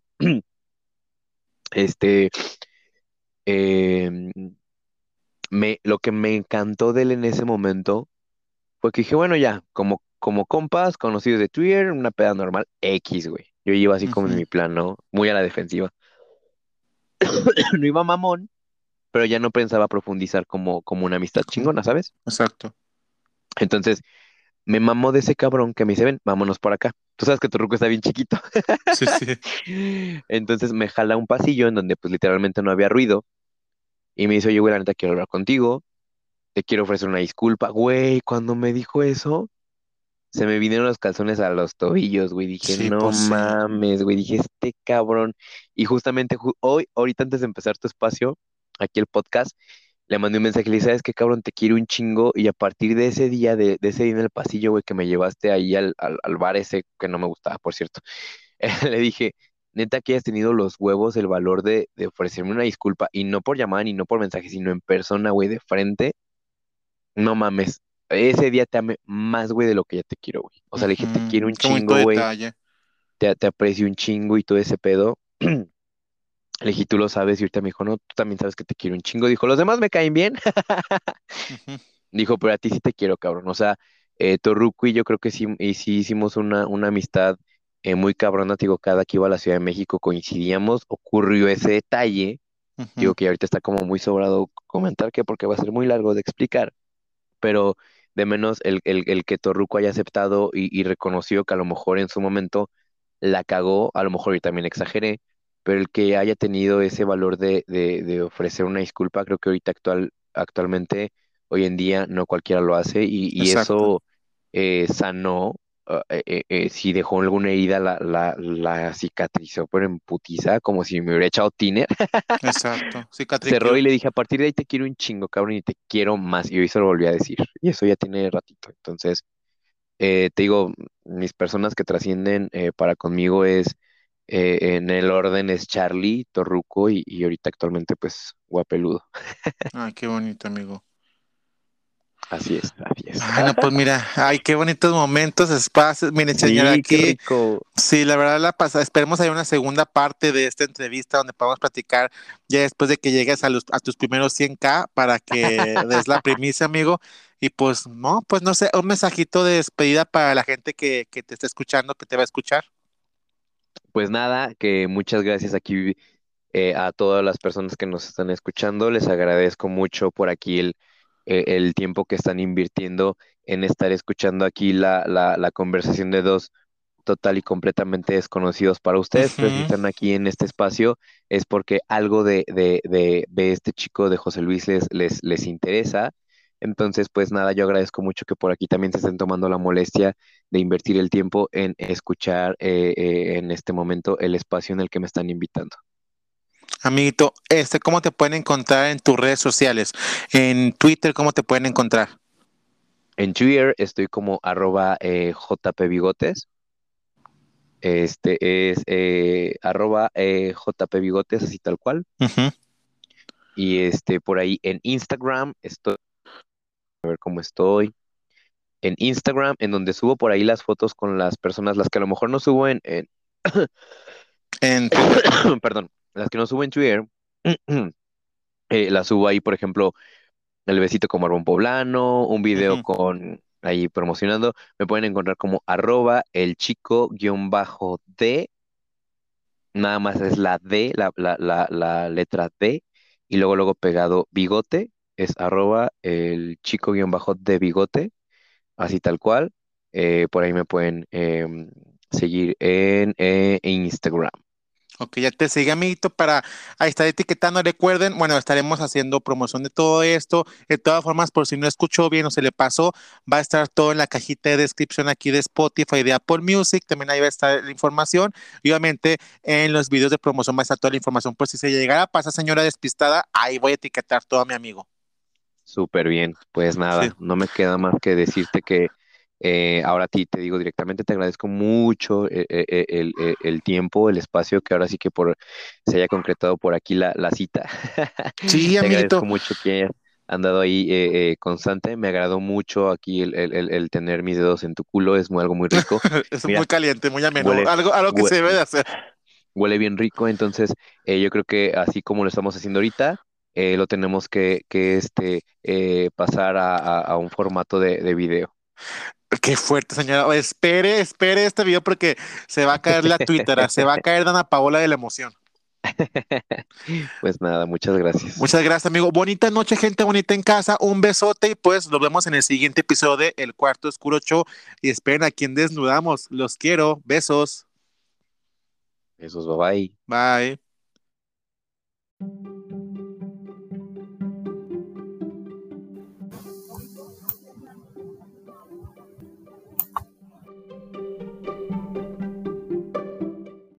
B: Este, em, me, lo que me encantó de él en ese momento fue que dije, bueno, ya, como, como compas, conocidos de Twitter, una peda normal, X, güey. Yo iba así como en
A: Ujú.
B: mi plan, ¿no? Muy a la defensiva. No iba mamón, pero ya no pensaba profundizar como, como una amistad
A: ¿Cómo?
B: chingona, ¿sabes?
A: Exacto.
B: Entonces, me mamó de ese cabrón que me dice, ven, vámonos por acá. Tú sabes que tu ruco está bien chiquito.
A: Sí, sí.
B: Entonces me jala a un pasillo en donde pues literalmente no había ruido y me dice, oye, güey, la neta quiero hablar contigo, te quiero ofrecer una disculpa. Güey, cuando me dijo eso, se me vinieron los calzones a los tobillos, güey. Dije,
A: Sí,
B: no
A: pues sí.
B: mames, güey. Dije, este cabrón. Y justamente ju- hoy, ahorita antes de empezar tu espacio, aquí el podcast, le mandé un mensaje, le dije, ¿sabes qué, cabrón? Te quiero un chingo. Y a partir de ese día, de, de ese día en el pasillo, güey, que me llevaste ahí al, al, al bar ese, que no me gustaba, por cierto, le dije, neta que hayas tenido los huevos, el valor de, de ofrecerme una disculpa, y no por llamada ni no por mensaje, sino en persona, güey, de frente. No mames. Ese día te amé más, güey, de lo que ya te quiero, güey. O sea, le dije, te
A: Ujú.
B: quiero un
A: Qué bonito
B: chingo, güey.
A: detalle.
B: Te, te aprecio un chingo y todo ese pedo. Le dije, tú lo sabes. Y ahorita me dijo, no, tú también sabes que te quiero un chingo. Dijo, los demás me caen bien.
A: Ujú.
B: Dijo, pero a ti sí te quiero, cabrón. O sea, eh, Torruco y yo creo que sí, y sí hicimos una, una amistad eh, muy cabrona. Te digo, cada que iba a la Ciudad de México coincidíamos. Ocurrió ese detalle.
A: Ujú.
B: Digo que ahorita está como muy sobrado comentar que porque va a ser muy largo de explicar, pero de menos el, el, el que Torruco haya aceptado y, y reconoció que a lo mejor en su momento la cagó, a lo mejor yo también exageré, pero el que haya tenido ese valor de, de, de ofrecer una disculpa, creo que ahorita actual, actualmente, hoy en día, no cualquiera lo hace y, y
A: Exacto.
B: eso eh, sanó. ah, eh, eh, eh, si dejó alguna herida, la, la, la cicatrizó, pero en putiza, como si me hubiera echado tiner.
A: Exacto.
B: Cerró y
A: Cicatriqueó.
B: le dije, a partir de ahí te quiero un chingo, cabrón, y te quiero más. Y hoy se lo volví a decir. Y eso ya tiene ratito. Entonces, eh, te digo, mis personas que trascienden eh, para conmigo es, eh, en el orden es Charlie, Torruco y, y ahorita actualmente pues Guapeludo.
A: Ay, qué bonito, amigo.
B: Así es, así es.
A: Bueno, pues mira, ay, qué bonitos momentos, espacios. Miren, señora,
B: Sí, qué
A: aquí,
B: rico.
A: sí, la verdad la pasa. Esperemos hay una segunda parte de esta entrevista donde podamos platicar ya después de que llegues a, los, a tus primeros cien k para que des la primicia, amigo. Y pues, no, pues no sé, un mensajito de despedida para la gente que, que te está escuchando, que te va a escuchar.
B: Pues nada, que muchas gracias aquí eh, a todas las personas que nos están escuchando. Les agradezco mucho por aquí el, eh, el tiempo que están invirtiendo en estar escuchando aquí la, la, la conversación de dos total y completamente desconocidos para ustedes, pero si
A: Ujú.
B: están aquí en este espacio es porque algo de, de, de, de este chico de José Luis les, les, les interesa. Entonces, pues nada, yo agradezco mucho que por aquí también se estén tomando la molestia de invertir el tiempo en escuchar eh, eh, en este momento el espacio en el que me están invitando.
A: Amiguito, este, ¿cómo te pueden encontrar en tus redes sociales? En Twitter, ¿cómo te pueden encontrar?
B: En Twitter estoy como arroba eh, jpbigotes. Este es eh, arroba eh, jpbigotes, así tal cual.
A: Ujú.
B: Y este por ahí en Instagram estoy, a ver cómo estoy. En Instagram, en donde subo por ahí las fotos con las personas, las que a lo mejor no subo en, en-
A: En Twitter.
B: perdón, las que no subo en Twitter, eh, las subo ahí, por ejemplo, el besito con Barbón Poblano, un video
A: Ujú.
B: con ahí promocionando. Me pueden encontrar como arroba el chico guión bajo D, nada más es la D, la, la, la, la letra D, y luego luego pegado bigote, es arroba el chico guión bajo de bigote, así tal cual. Eh, por ahí me pueden em, seguir en eh, Instagram.
A: Ok, ya te sigue, amiguito, para ahí estar etiquetando. Recuerden, bueno, estaremos haciendo promoción de todo esto. De todas formas, por si no escuchó bien o se le pasó, va a estar todo en la cajita de descripción aquí de Spotify, de Apple Music. También ahí va a estar la información. Y obviamente en los videos de promoción va a estar toda la información. Por si se llegara a pasar, señora despistada, ahí voy a etiquetar todo a mi amigo.
B: Súper bien. Pues
A: Sí.
B: nada, no me queda más que decirte que eh, ahora a ti te digo directamente, te agradezco mucho eh, eh, eh, el, el- el tiempo, el espacio, que ahora sí que por se haya concretado por aquí la, la cita.
A: Sí,
B: Te
A: amiguito.
B: agradezco mucho que hayas andado ahí eh, eh, constante. Me agradó mucho aquí el, el- el- el tener mis dedos en tu culo, es muy, algo muy rico.
A: Es muy
B: Mira,
A: caliente, muy ameno.
B: huele,
A: Algo, algo que
B: hue-
A: se debe de hacer.
B: huele bien rico, entonces eh, yo creo que así como lo estamos haciendo ahorita, eh, lo tenemos que, que este, eh, pasar a, a- a un formato de, de video.
A: Qué fuerte, señora. Espere, espere este video porque se va a caer la Twitter, se va a caer Dana Paola de la emoción.
B: Pues nada, muchas gracias.
A: Muchas gracias, amigo. Bonita noche, gente bonita en casa. Un besote y pues nos vemos en el siguiente episodio de El Cuarto Oscuro Show. Y esperen a quien desnudamos. Los quiero. Besos.
B: Eso es, bye bye.
A: Bye.